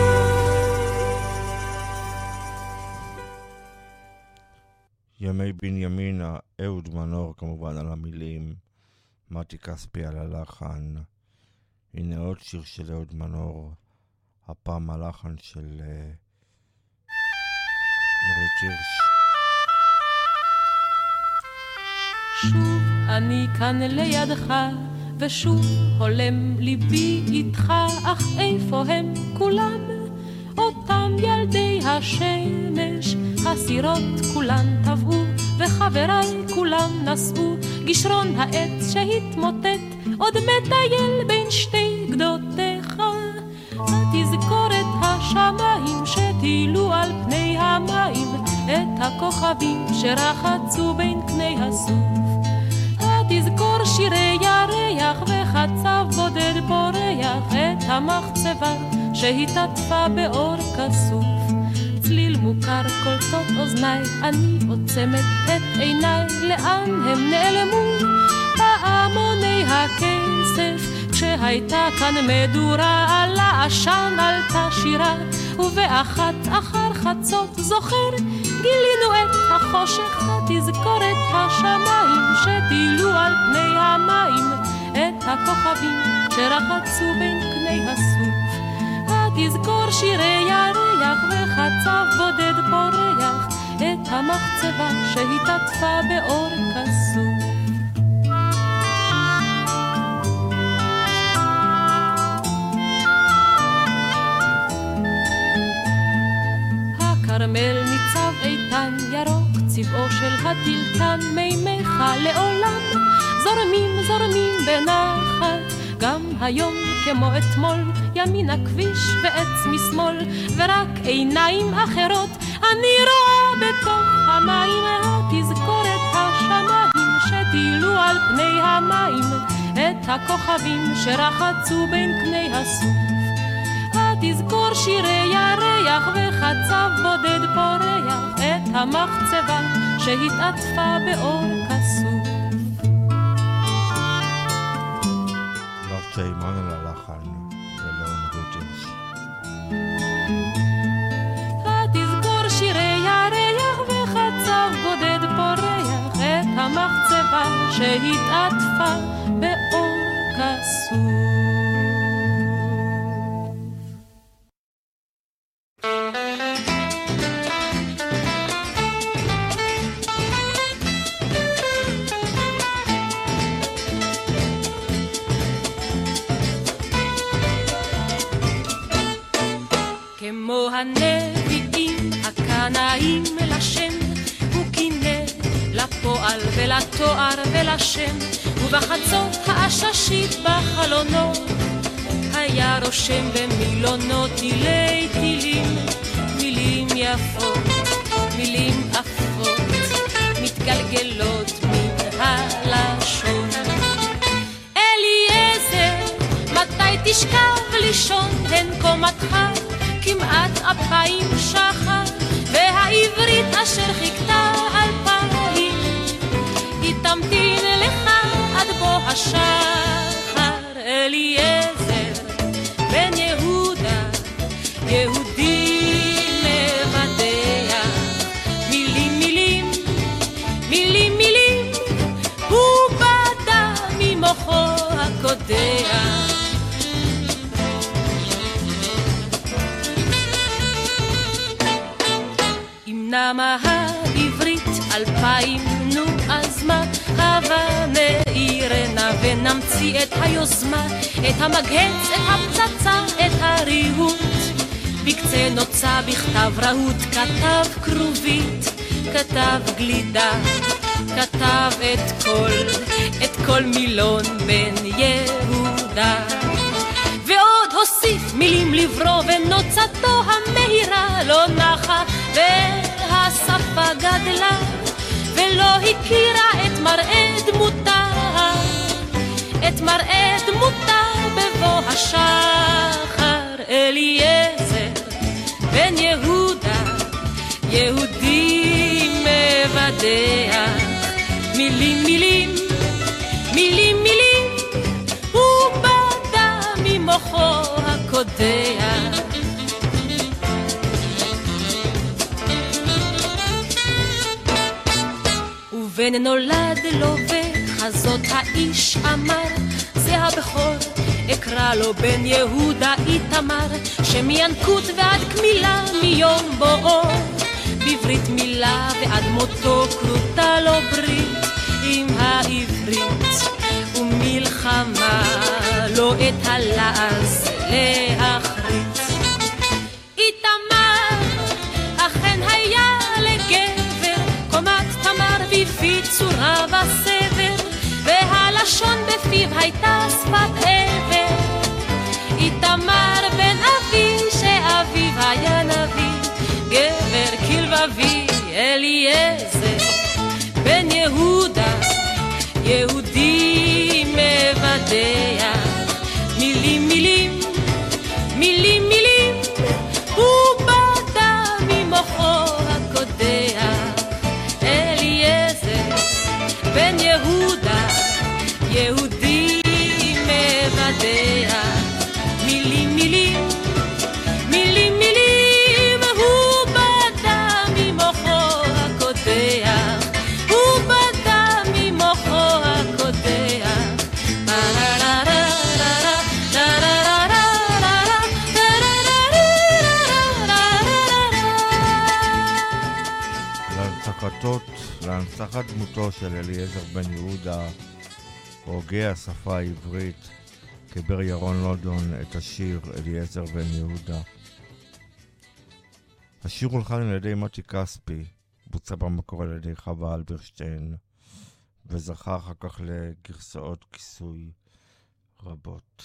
Speaker 3: ימי בנימינה, אהוד מנור כמובן על המילים, מתי כספי על הלחן. הנה עוד שיר של אהוד מנור, הפעם הלחן של uh, נורית הירש.
Speaker 2: שוב אני כאן לידך, ושוב הולם ליבי איתך, אך איפה הם כולם? אותם ילדי השמש, הסירות כולן טבעו, וחבריי כולם נסעו, גשרון העץ שהתמוטט, עוד מטייל בין שתי גדותיך. תזכור את השמיים שטילו על פני המים, את הכוכבים שרחצו בין קני הסוף. תזכור שירי ירח וחצב בודד פורח, את המחצבה שהתעטפה באור כסוף. צליל מוכר קולטות אוזניי, אני עוצמת את עיניי, לאן הם נעלמו? פעמוני הכסף, כשהייתה כאן מדורה, על העשן עלתה שירה, ובאחת אחר חצות זוכר, גילינו את החושך. תזכור את השמיים שטילו על פני המים, את הכוכבים שרחצו בין קני הסוף. תזכור שירי ירח וחצב בודד פורח, את המחצבה שהתעטפה באור כסוף. הכרמל ניצב איתן, ירוק צבעו של הטלטן, מימיך לעולם זורמים זורמים בנחת, גם היום כמו אתמול, ימין הכביש ועץ משמאל, ורק עיניים אחרות אני רואה בתוך המים. תזכור את השמיים שטילו על פני המים, את הכוכבים שרחצו בין קני הסוף. תזכור שירי ירח וחצב בודד פורח, את המחצבה שהתעטפה באור כסוף.
Speaker 3: לא שיימן על הלחן, ולא נורית הירש.
Speaker 2: תזכור שירי ירח וחצב בודד פורח, את המחצבה שהתעטפה באור כסוף. כמו הנביאים הקנאים לשם, הוא קינא לפועל ולתואר ולשם, ובחצות העששית בחלונו היה רושם במילונות תילי תילים, מילים יפות, מילים אפות, מתגלגלות מן הלשון. אליעזר, מתי תשכב לישון? הן קומתך כמעט אפיים שחר, והעברית אשר חיכתה אלפיים היא תמתין לך עד בוא השחר. אליעזר בן יהודה, יהודי מבדע, מילים מילים מילים מילים הוא בדע ממוחו הקודע. אם נמה העברית אלפיים, נו אז מה הווה נעירנה ונמציא את היוזמה, את המגהץ, את הפצצה, את הריהוט. בקצה נוצה בכתב רהוט, כתב כרובית, כתב גלידה, כתב את כל, את כל מילון בן יהודה. ועוד הוסיף מילים לברוא, ונוצתו המהירה לא נחה, והשפה גדלה ולא הכירה את מראה דמותה, את מראה דמותה בבוא השחר. אליעזר בן יהודה, יהודי מבדע, מילים מילים מילים מילים הוא בדע ממוחו הקודע. ובן נולד לו וחזות האיש אמר, זה הבכור אקרא לו בן יהודה איתמר, שמינקות ועד כמילה מיום בואו, בברית מילה ועד מותו כרותה לו ברית עם העברית, ומלחמה לא את הלעז להחריט. איתמר אכן היה לגבר, קומת תמר בפי צורה וסבר, והלשון בפיו הייתה שפת עבר. איתמר בן אבי שאביו היה נביא, גבר כלבבי. אליעזר בן יהודה, יהודי מבדע, מילים מילים מילים מילים הוא בדע ממוחו הקודע. אליעזר בן יהודה, יהודי מבדע, מילים מילים מילים מילים הוא בדע ממוחו הקודע, הוא בדע ממוחו הקודע.
Speaker 3: להנצחתות, להנצחת דמותו של אליעזר בן יהודה, הוגה השפה העברית, קיבר ירון לונדון את השיר אליעזר בן יהודה. השיר הולחן על ידי מתי כספי, בוצע במקור על ידי חווה אלברשטיין, וזכה אחר כך לגרסאות כיסוי רבות.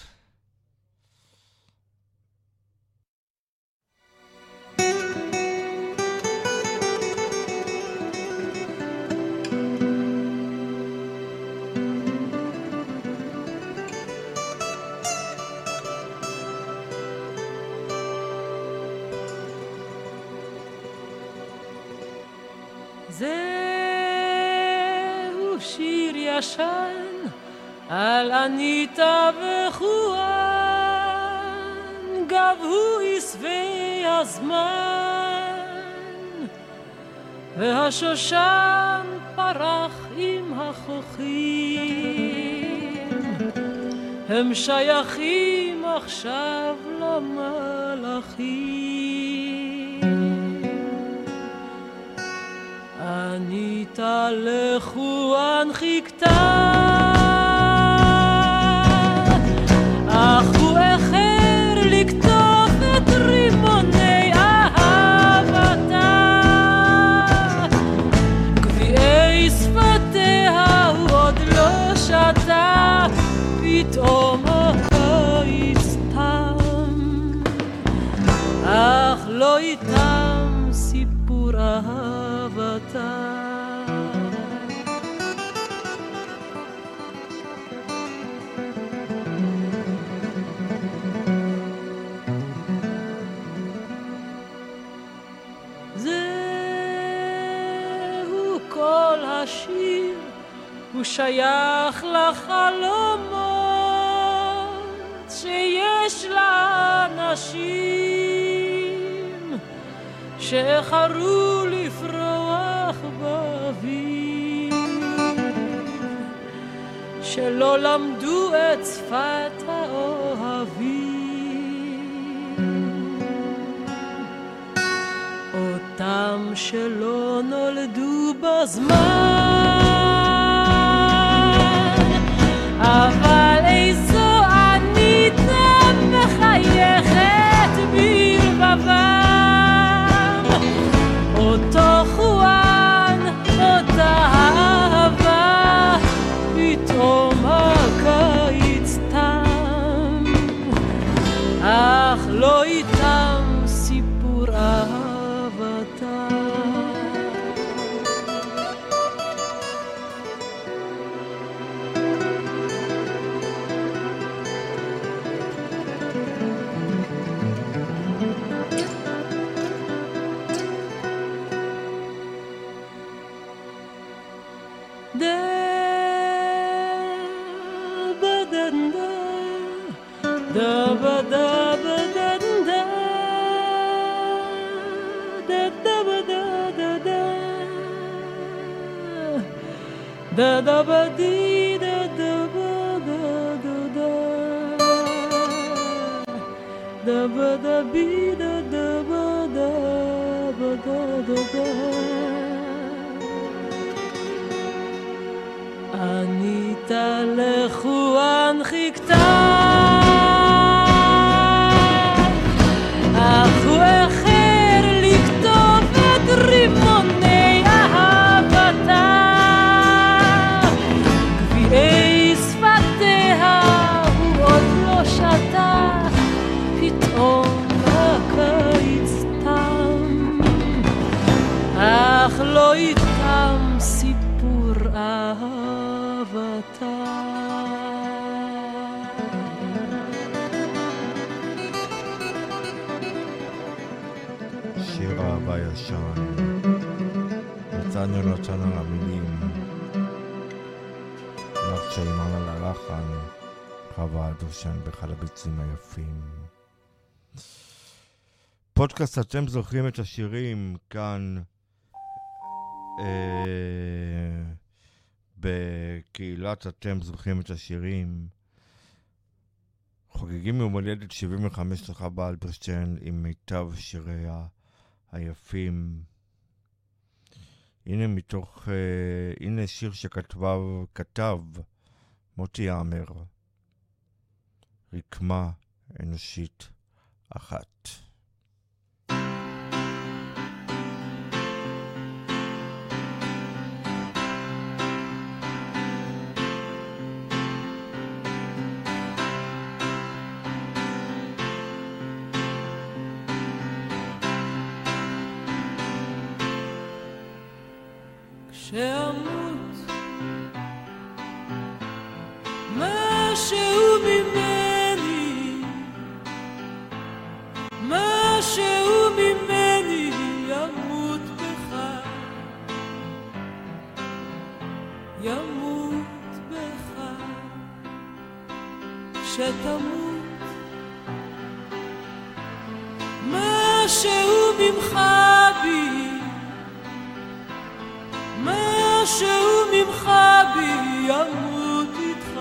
Speaker 2: זהו שיר ישן על אניטה וחואן, גבהו עשבי הזמן, והשושן פרח עם החוכים, הם שייכים עכשיו למלאכים. אניטה לחואן חיכתה, אך הוא אחר לקטוף את רימוני אהבתה. סיפור אהבתה. זהו כל השיר, הוא שייך לחלומות שיש לאנשים שחרו לפרוח באוויר, שלא למדו את שפת האוהבים, אותם שלא נולדו בזמן, אבל איזו עניתם מחייכת בלבבם, אותו חואן, אותה אהבה, פתאום הקיץ תם, אך לא איתם סיפור אהבתה. Da da ba dee da da ba da da da da ba da bi da da ba da ba da da da. ענית לחואן חיכתה, אך הוא אחר לכתוב את רימוני אהבתה, גביעי שפתיה הוא עוד לא שתה, פתאום הקיץ תם, אך לא איתם סיפור אהבתה.
Speaker 3: שיר אהבה ישן, נתן יונתן על המילים, לך שיימן על הלחן, חווה דושן באחד הביצועים היפים. פודקאסט אתם זוכרים את השירים כאן אה, בקהילת אתם זוכרים את השירים, חוגגים יום הולדת שבעים וחמש לחווה אלברשטיין עם מיטב שיריה היפים. הנה מתוך, אה, הנה שיר שכתב כתב מוטי עמר, רקמה אנושית אחת.
Speaker 2: שאמות משהו ממני, משהו ממני ימות בך, ימות בך, שתמות משהו ממך בי, משהו ממך בי ימות איתך,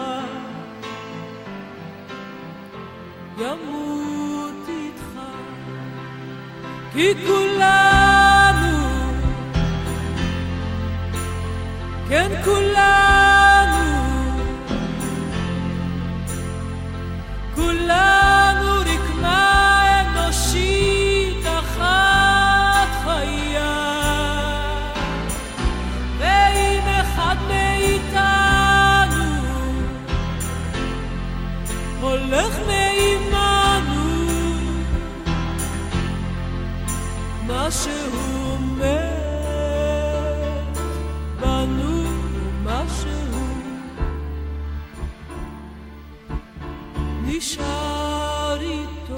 Speaker 2: ימות איתך, כי כולנו, כן כולנו, כולנו רקמה אנושית אחת חיה, הולך מעימנו משהו
Speaker 4: בנו משהו נשאר איתו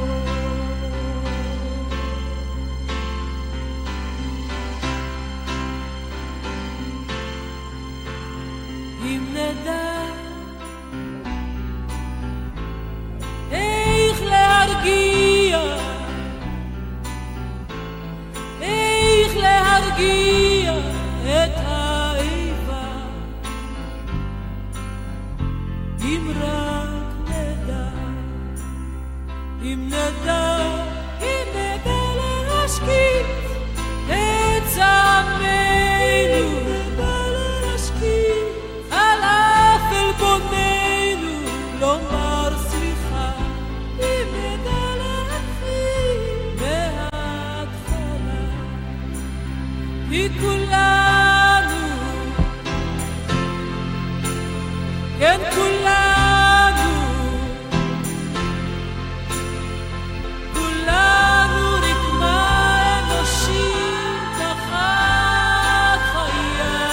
Speaker 4: אם נדע איך להרגיע איך להרגיע את האיבה אם רק נדע אם נדע אם נדע להשקיט את צמנו נדע להשקיט על אף אלבוננו לומר סליחה אם נדע להתחיל מההתחלה כי כולנו כן כולנו כולנו רקמה אנושית אחת חיה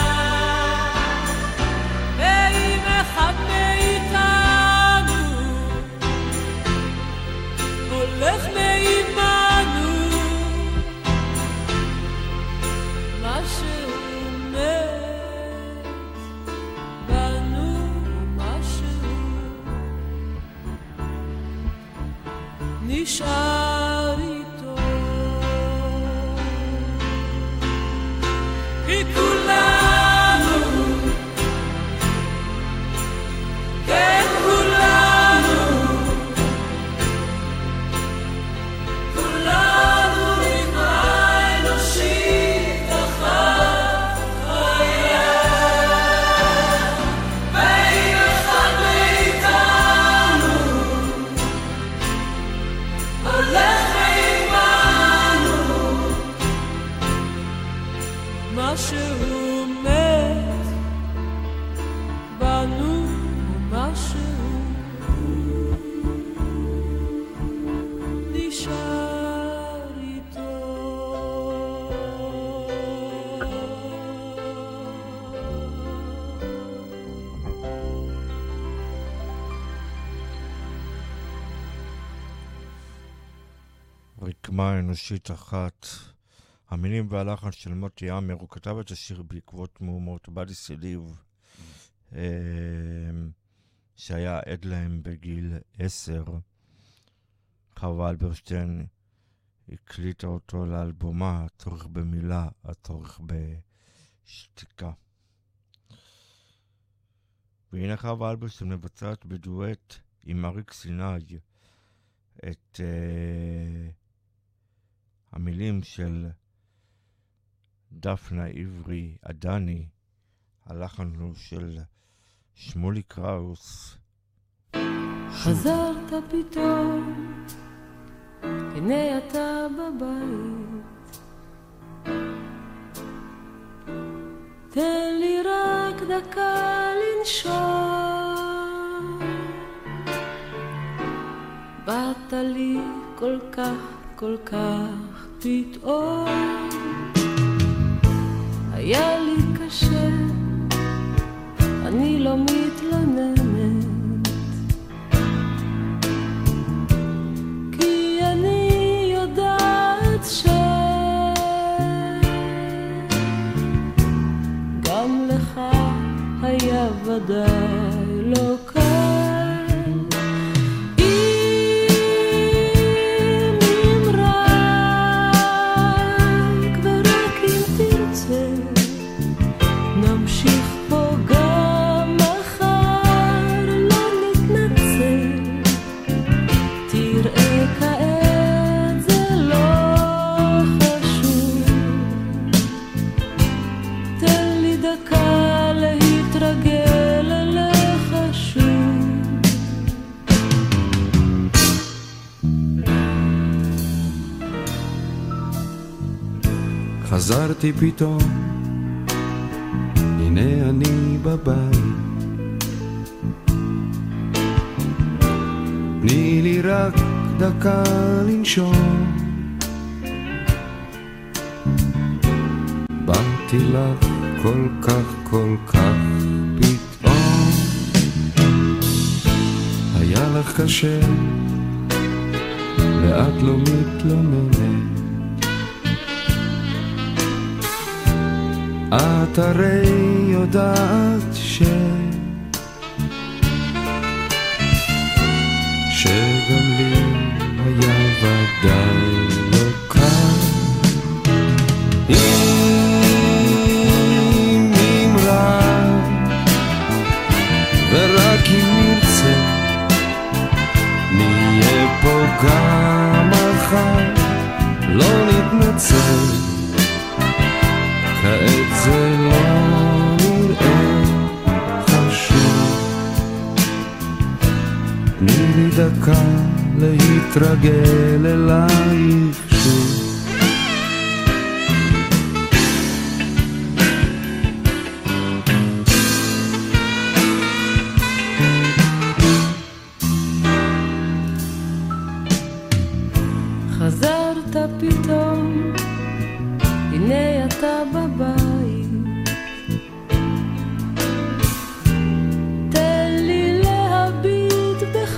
Speaker 4: ואם אחד מאיתנו הולך מעימנו משהו מת בנו משהו נשאר איתו כי כולנו כן כולנו כולנו רקמה אנושית אחת חיה ואם אחד מאיתנו הולך עימנו משהו מת בנו משהו נשאר איתו
Speaker 3: רקמה אנושית אחת. המילים והלחן של מוטי עמר, הוא כתב את השיר בעקבות מהומות באדי סליב, שהיה עד להם בגיל עשר. חווה אלברשטיין הקליטה אותו לאלבומה, הצורך במילה, הצורך בשתיקה. והנה חווה אלברשטיין מבצעת בדואט עם אריק סיני את uh, המילים של דפנה עברי עדני, הלחן הוא של שמולי קראוס.
Speaker 4: חזרת פתאום, הנה אתה בבית, תן לי רק דקה לנשום, באת לי כל כך כל כך פתאום, היה לי קשה, אני לא מתלוננת, כי אני יודעת שגם לך היה ודאי לא קל.
Speaker 5: חזרתי פתאום, הנה אני בבית, תני לי רק דקה לנשום, אמרתי לך כל כך כל כך פתאום היה לך קשה ואת לא מתלוננת את הרי יודעת ש שגם לי היה ודאי לא קל אם נמרא ורק אם נרצה נהיה פה גם מחר לא נתנצל כעת זה לא נראה חשוב תני לי דקה להתרגל אלייך שוב
Speaker 4: חזרת פתאום הנה אתה בבית תן לי להביט בך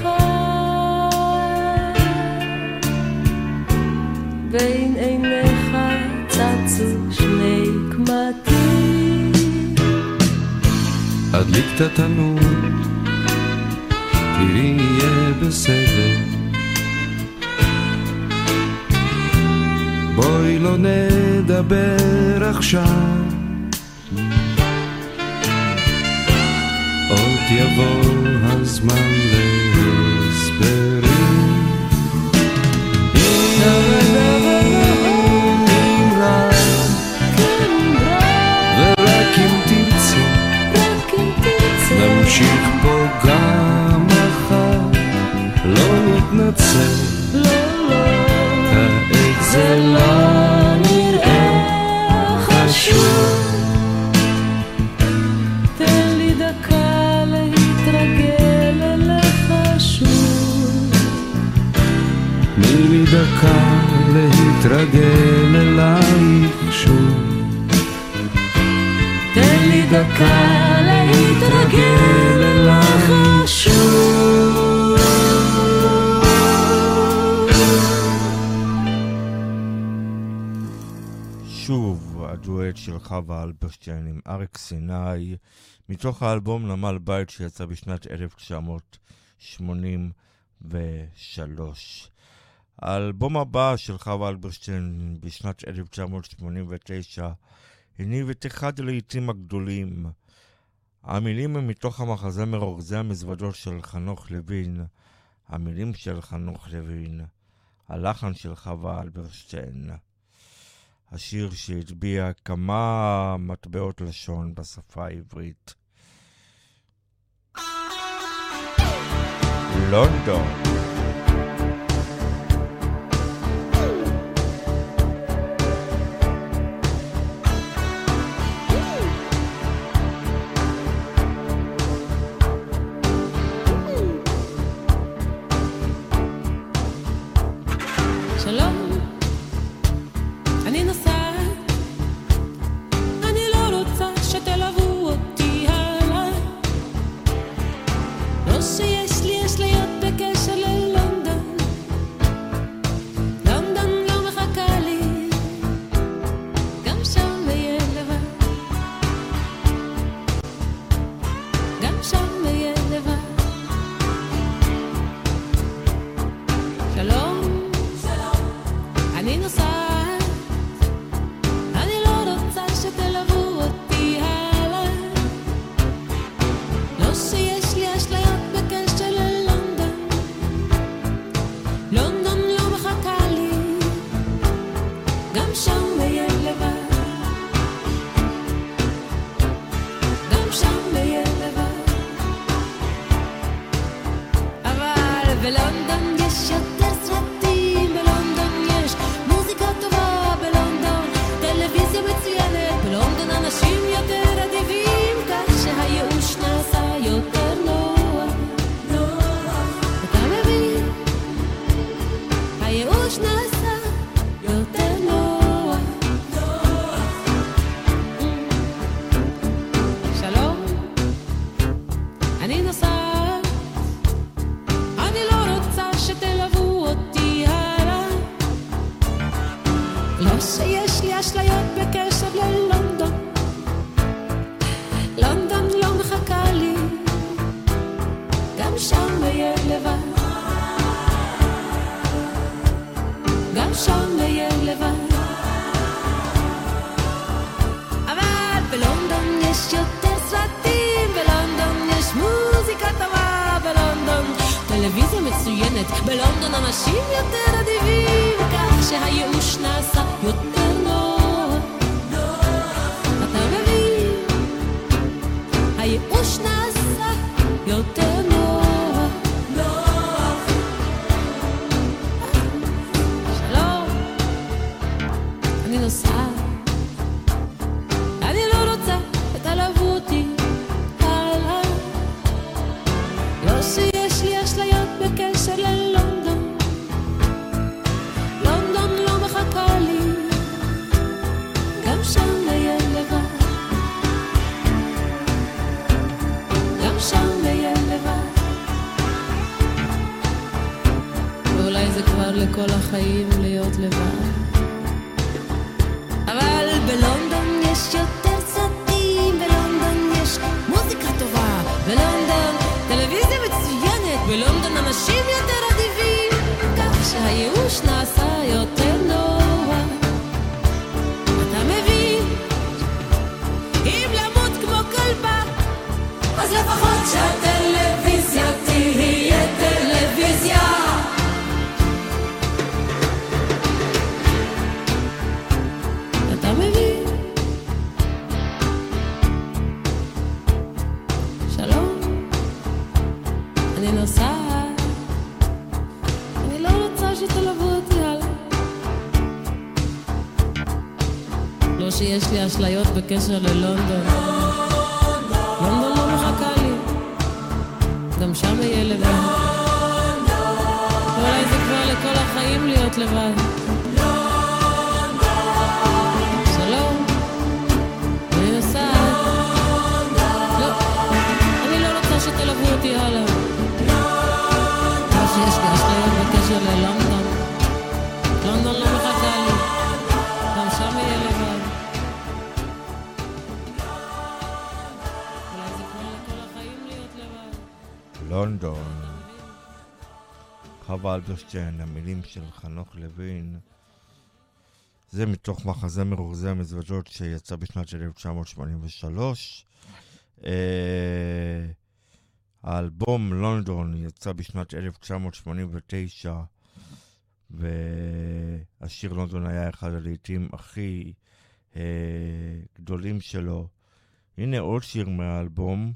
Speaker 4: בין עיניך צצו שני קמטים
Speaker 5: הדליק את התנור תראי יהיה בסדר בואי לא נדבר עכשיו עוד יבוא הזמן להסברים אם נמרא ורק אם תרצה נמשיך פה גם מחר לא נתנצל כעת זה לא נראה חשוב
Speaker 4: תן לי דקה להתרגל אליך שוב
Speaker 5: תני לי דקה להתרגל אלייך שוב
Speaker 4: תן לי דקה להתרגל אליך שוב
Speaker 3: שוב, הדואט של חווה אלברשטיין עם אריק סיני, מתוך האלבום נמל בית שיצא בשנת אלף תשע מאות שמונים ושלוש. האלבום הבא של חווה אלברשטיין בשנת אלף תשע מאות שמונים ותשע הניב את אחד הלעיתים הגדולים. המילים הם מתוך המחזמר אורזי המזוודות של חנוך לוין, המילים של חנוך לוין, הלחן של חווה אלברשטיין. השיר שהטביע כמה מטבעות לשון בשפה העברית. לונדון.
Speaker 4: שיש לי, יש להיות בקשר מצוינת. בלונדון אנשים יותר אדיבים, כך שהייאוש נעשה יותר נוח. אתה מבין? הייאוש נעשה יותר נוח. שלום, אני נוסעת, אני לא רוצה ותלוו אותי הלאה. לא שיש לי אשליות בקשר ללונדון, לונדון לא מחכה לי, גם שם אהיה לבד, גם שם אהיה לבד. ואולי זה כבר לכל החיים להיות לבד. אבל בלונדון יש יותר סרטים, בלונדון יש מוזיקה טובה, בלונדון טלוויזיה מצוינת, בלונדון אנשים יותר אדיבים, כך שהייאוש נעשה יותר נוח. אתה מבין? אם למות כמו כלבה, אז לפחות שהטלוויזיה תהיה טלוויזיה. אתה מבין? שלום, אני נוסעת, אני לא רוצה שתלוו אותי הלאה. לא שיש לי אשליות בקשר ללונדון, לונדון לא מחכה לי, גם שם יהיה לבד. אולי זה כבר לכל החיים להיות לבד. שלום, אני נוסעת, לא, אני לא רוצה שתלוו אותי הלאה. לא שיש לי אשליות בקשר ללונדון, לונדון לא מחכה לי, גם שם יהיה לבד. אולי זה כבר לכל החיים להיות לבד.
Speaker 3: לונדון, חווה אלברשטיין, המילים של חנוך לוין. זה מתוך מחזה מרוכזי המזוודות שיצא בשנת אלף תשע מאות שמונים ושלוש. האלבום לונדון יצא בשנת אלף תשע מאות שמונים ותשע, והשיר לונדון היה אחד הלהיטים הכי אה, גדולים שלו. הנה עוד שיר מהאלבום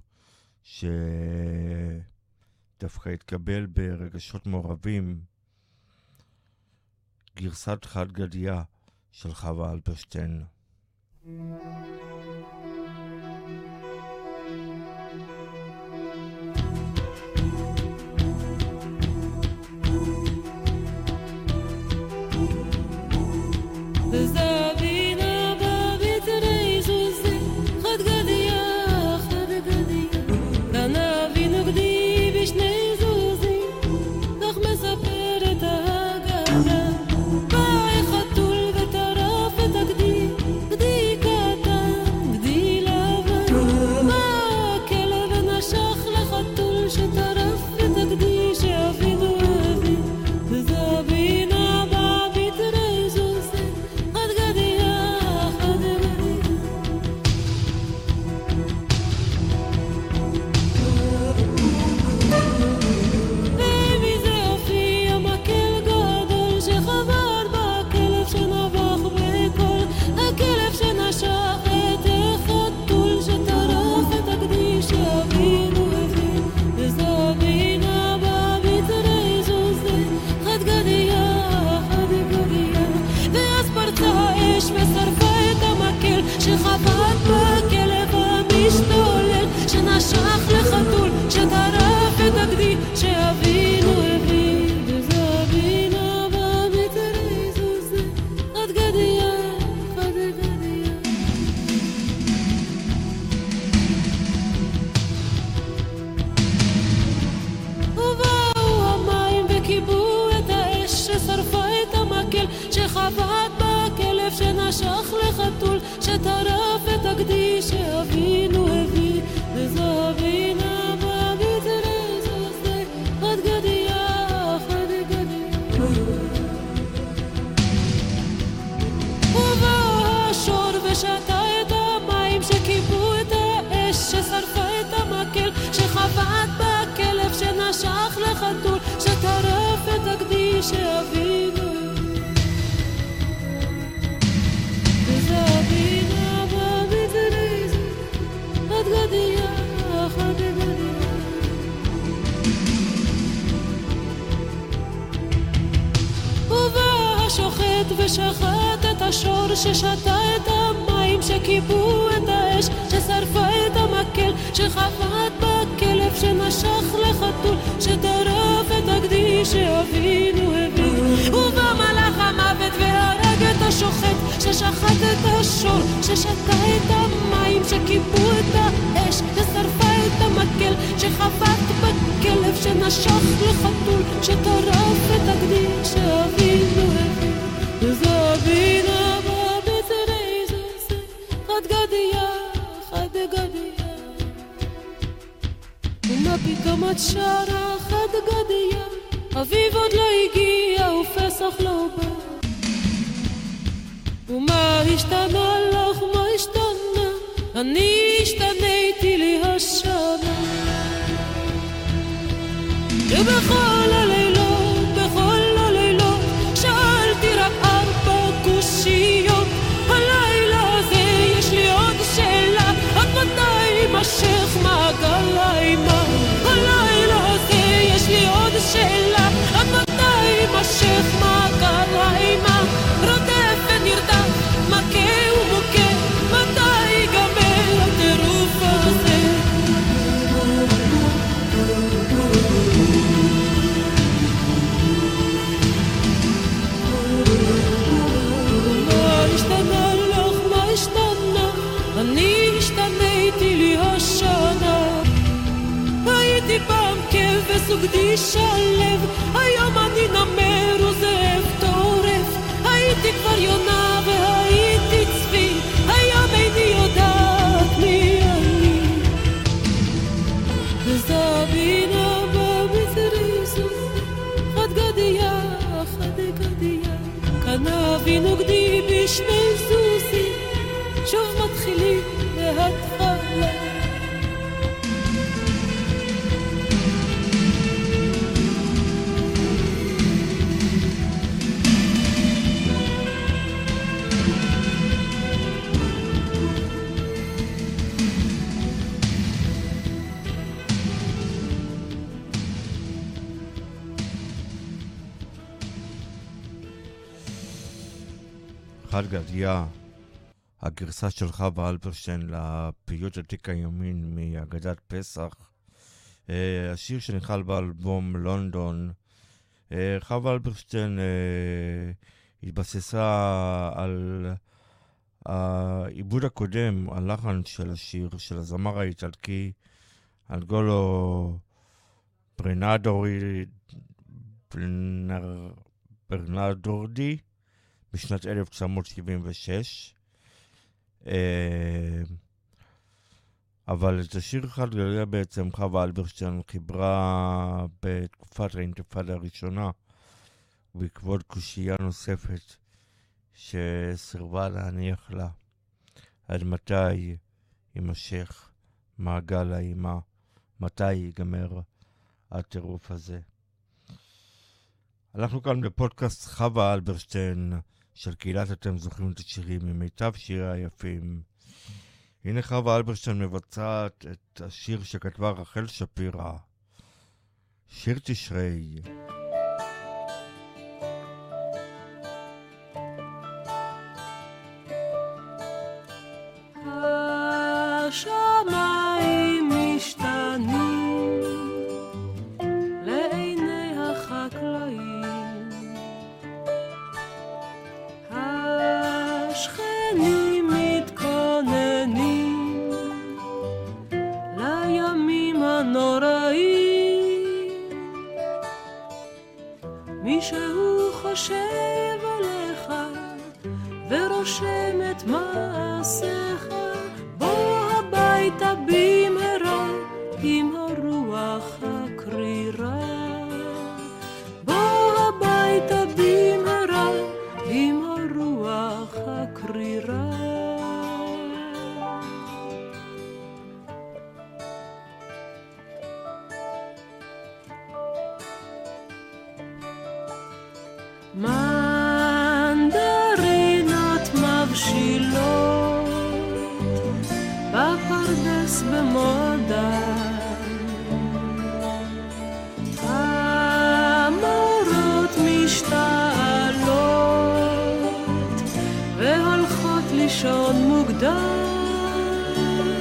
Speaker 3: שדווקא התקבל ברגשות מעורבים, גרסת חד גדיה של חווה אלברשטיין.
Speaker 4: וזבינה בביתרי זוזי חד גדיה, חד גדיה דנבי נוגדי בשני זוזי, כך מספר את ההגדה. באי חתול וטרף את הגדי, גדי קטן, גדי לבן. בא הכלב ונשך לחתול שטרף את הגדי שאבינו הביא. וזבינה בביתרי זוזי חד גדיה, חד גדיה. ומזה הופיע מקל גדול שחבט בכלב שנבח בקול, הכלב שנשך את החתול שטרף את הגדי שאבינו הביא. וזבינה בביתרי זוזי חד גדיה, חד גדיה. ואז פרצה האש ושרפה את המקל שחבט בכלב המשתולל, שנשך לחתול שטרף את הגדי שאבינו הביא. וזבינה בביתרי זוזי חד גדיה, חד גדיה. ובאו המים וכיבו את האש ששרפה את המקל שחבט בכלב שנשך לחתול שטרף את הגדי שאבינו הביא. וזבינה בביתרי זוזי חד גדיה, חד גדיה. ובאו השור ושתה את המים שכיבו את האש ששרפה את המקל שחבט בכלב שנשך לחתול שטרף ששחט את השור, ששתה את המים, שכיבו את האש, ששרפה את המקל, שחבט בכלב, שנשך לחתול, שטרף את הגדי שאבינו הביא. ובא מלאך המוות והרג את השוחט, ששחט את השור, ששתה את המים, שכיבו את האש, ששרפה את המקל, שחבט בכלב, שנשך לחתול, שטרף את הגדי שאבינו הביא. וזבינה בבצרי זה חד גדיה, חד גדיה, ומה פתאום את שרה חד גדיה, אביב עוד לא הגיע ופסח לא בא. ומה השתנה לך, מה השתנה? אני השתניתי לי השנה. ובכל הלילות, בכל הלילות, שאלתי רק ארבע קושיות. הלילה הזה יש לי עוד שאלה, עד מתי יימשך מעגל האימה? הלילה הזה יש לי עוד שאלה, עד מתי יימשך מעגל האימה? רודף ונרדף, מכה ומוכה, מתי ייגמר הטירוף הזה? מה השתנה לך, מה השתנה? אני השתניתי לי השנה. הייתי פעם כבש וגדי שלב, היום אני נמר וזאב טורף. הייתי כבר יונה והייתי צבי, היום איני יודעת מי אני. וזבינה בבצריסוס, חד גדיה, חד גדיה, כאן אבינו גדי בשני סוסים, שוב מתחילים להתחלה.
Speaker 3: חד גדיה, הגרסה של חווה אלברשטיין לפיוט עתיק היומין מאגדת פסח, השיר שנכלל באלבום לונדון. חווה אלברשטיין התבססה על העיבוד הקודם, הלחן של השיר של הזמר האיטלקי אנגולו ברנרדורי ברנרדורדי בשנת אלף תשע מאות שבעים ושש. אבל את השיר חד גדיה בעצם חווה אלברשטיין חיברה בתקופת האינתיפאדה הראשונה, בעקבות קושייה נוספת שסרבה להניח לה עד מתי יימשך מעגל האימה, מתי ייגמר הטירוף הזה. אנחנו כאן בפודקאסט חווה אלברשטיין של קהילת אתם זוכרים את השירים ממיטב שירי היפים. הנה חווה אלברשטיין מבצעת את השיר שכתבה רחל שפירא, שיר תשרי.
Speaker 4: השמיים משתנים לעיני החקלאים, השכנים מתכוננים לימים הנוראים. מישהו חושב עליך ורושם את מעשיך, הביתה במהרה עם הרוח הקרירה, בוא הביתה במהרה עם הרוח הקרירה. מנדרינות מבשילות בפרדס במודה, המורות משתעלות לישון מוקדם.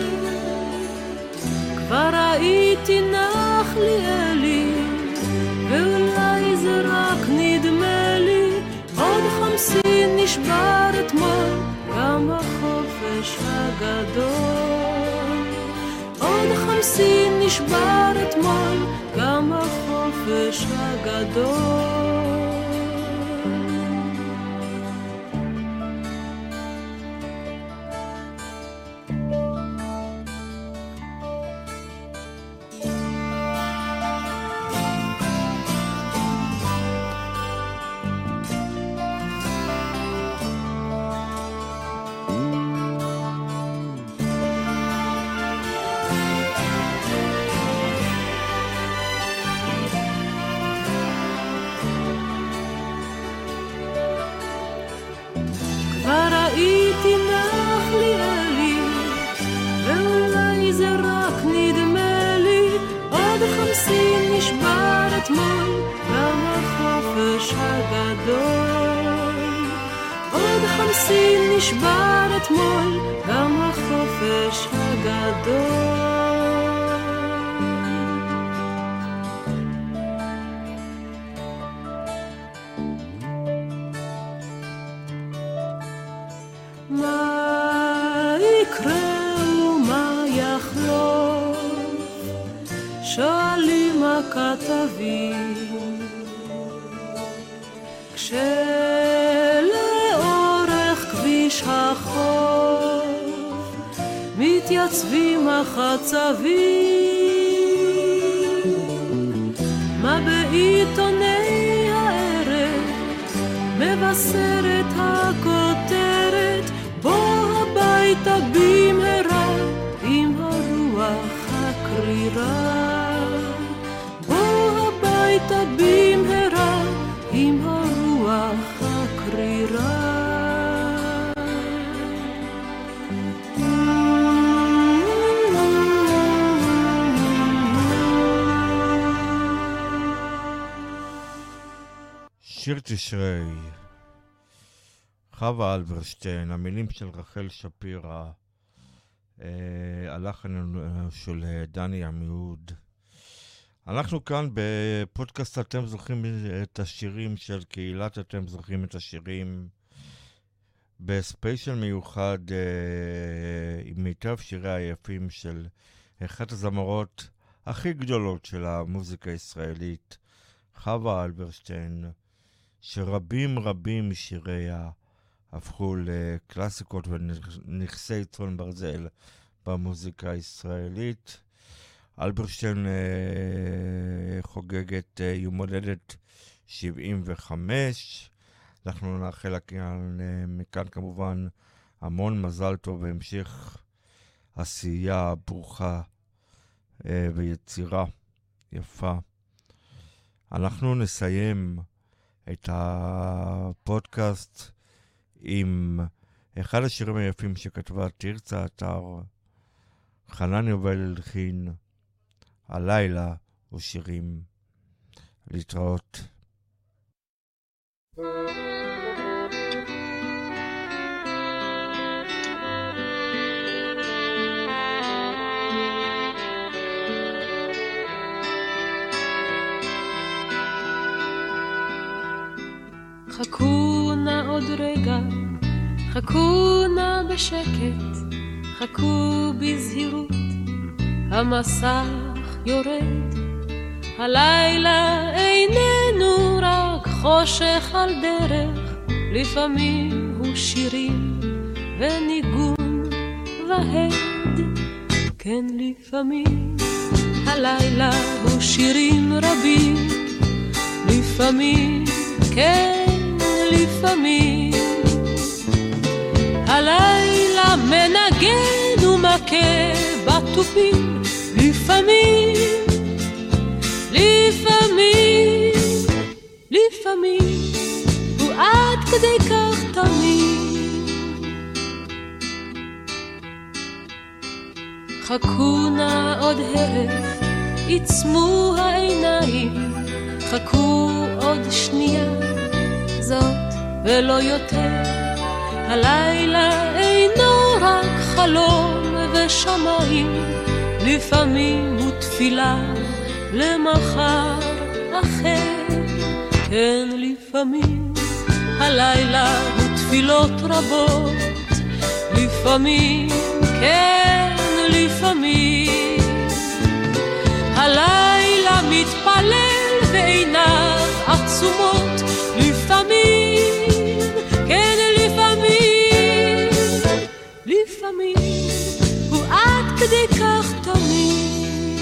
Speaker 4: כבר ראיתי נחלי אלי, ואולי זה רק נדמה לי, עוד חמסין נשבר אתמול, גם החופש הגדול. עוד חמסין נשבר אתמול, גם החופש הגדול. נשבר אתמול, גם החופש הגדול. מה יקרה ומה יחלוף, שואלים הכתבים, כש... החוף מתייצבים החצבים, מה בעיתוני הערב מבשרת הכותרת, בוא הביתה במהרה עם הרוח הקרירה, בוא הביתה במהרה עם הרוח הקרירה.
Speaker 3: שיר תשרי, חווה אלברשטיין, המילים של רחל שפירא, אה, הלחן של דני עמיהוד. אנחנו כאן בפודקאסט אתם זוכרים את השירים של קהילת אתם זוכרים את השירים, בספיישל מיוחד אה, עם מיטב שירי היפים של אחת הזמרות הכי גדולות של המוזיקה הישראלית, חווה אלברשטיין, שרבים רבים משיריה הפכו לקלאסיקות ונכסי צאן ברזל במוזיקה הישראלית. אלברשטיין אה, חוגגת אה, יום הולדת שבעים וחמש. אנחנו נאחל לה כאן, אה, מכאן כמובן המון מזל טוב והמשך עשייה ברוכה אה, ויצירה יפה. אנחנו נסיים את הפודקאסט עם אחד השירים היפים שכתבה תרצה אתר, חנן יובל הלחין, הלילה ושירים. להתראות.
Speaker 4: חכו נא עוד רגע, חכו נא בשקט, חכו בזהירות, המסך יורד. הלילה איננו רק חושך על דרך, לפעמים הוא שירים וניגון והד. כן, לפעמים הלילה הוא שירים רבים, לפעמים כן, לפעמים הלילה מנגן ומכה בטופים, לפעמים, לפעמים, לפעמים הוא עד כדי כך תמיד. חכו נא עוד הרף, עצמו העיניים, חכו עוד שנייה, זאת ולא יותר, הלילה
Speaker 2: אינו רק חלום ושמיים, לפעמים הוא תפילה למחר אחר. כן, לפעמים הלילה הוא תפילות רבות, לפעמים, כן, לפעמים הלילה מתפלל ועיניו עצומות, לפעמים, כן, לפעמים, לפעמים הוא עד כדי כך תמיד.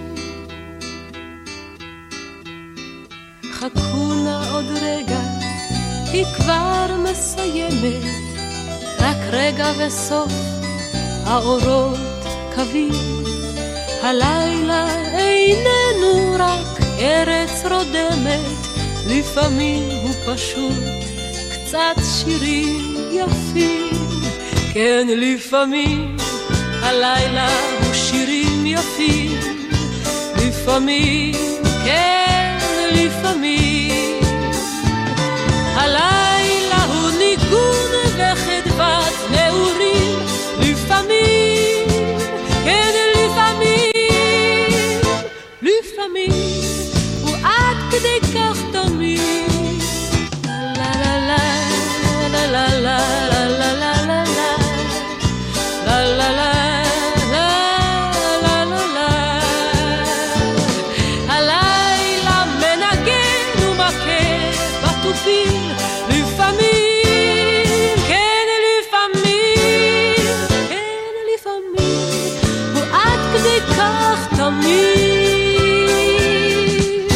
Speaker 2: חכו נא עוד רגע, היא כבר מסיימת, רק רגע וסוף האורות קווים. הלילה איננו רק ארץ רודמת, לפעמים הוא פשוט קצת שירים יפים. כן, לפעמים הלילה הוא שירים יפים, לפעמים, כן, לפעמים הלילה הוא ניגון וחדוות נעורים, לפעמים, כן, לפעמים, לפעמים הוא עד כדי כך תמיד. לה לה לה לה לה לה לה לה לה לה לה לה לפעמים, כן, לפעמים, כן, לפעמים הוא עד כדי כך תמיד.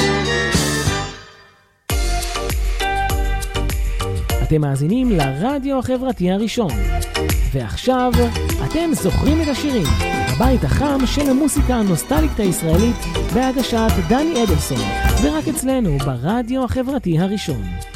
Speaker 1: אתם מאזינים לרדיו החברתי הראשון, ועכשיו אתם זוכרים את השירים, הבית החם של המוסיקה הנוסטלגית הישראלית בהגשת דני אדלסון, ורק אצלנו ברדיו החברתי הראשון.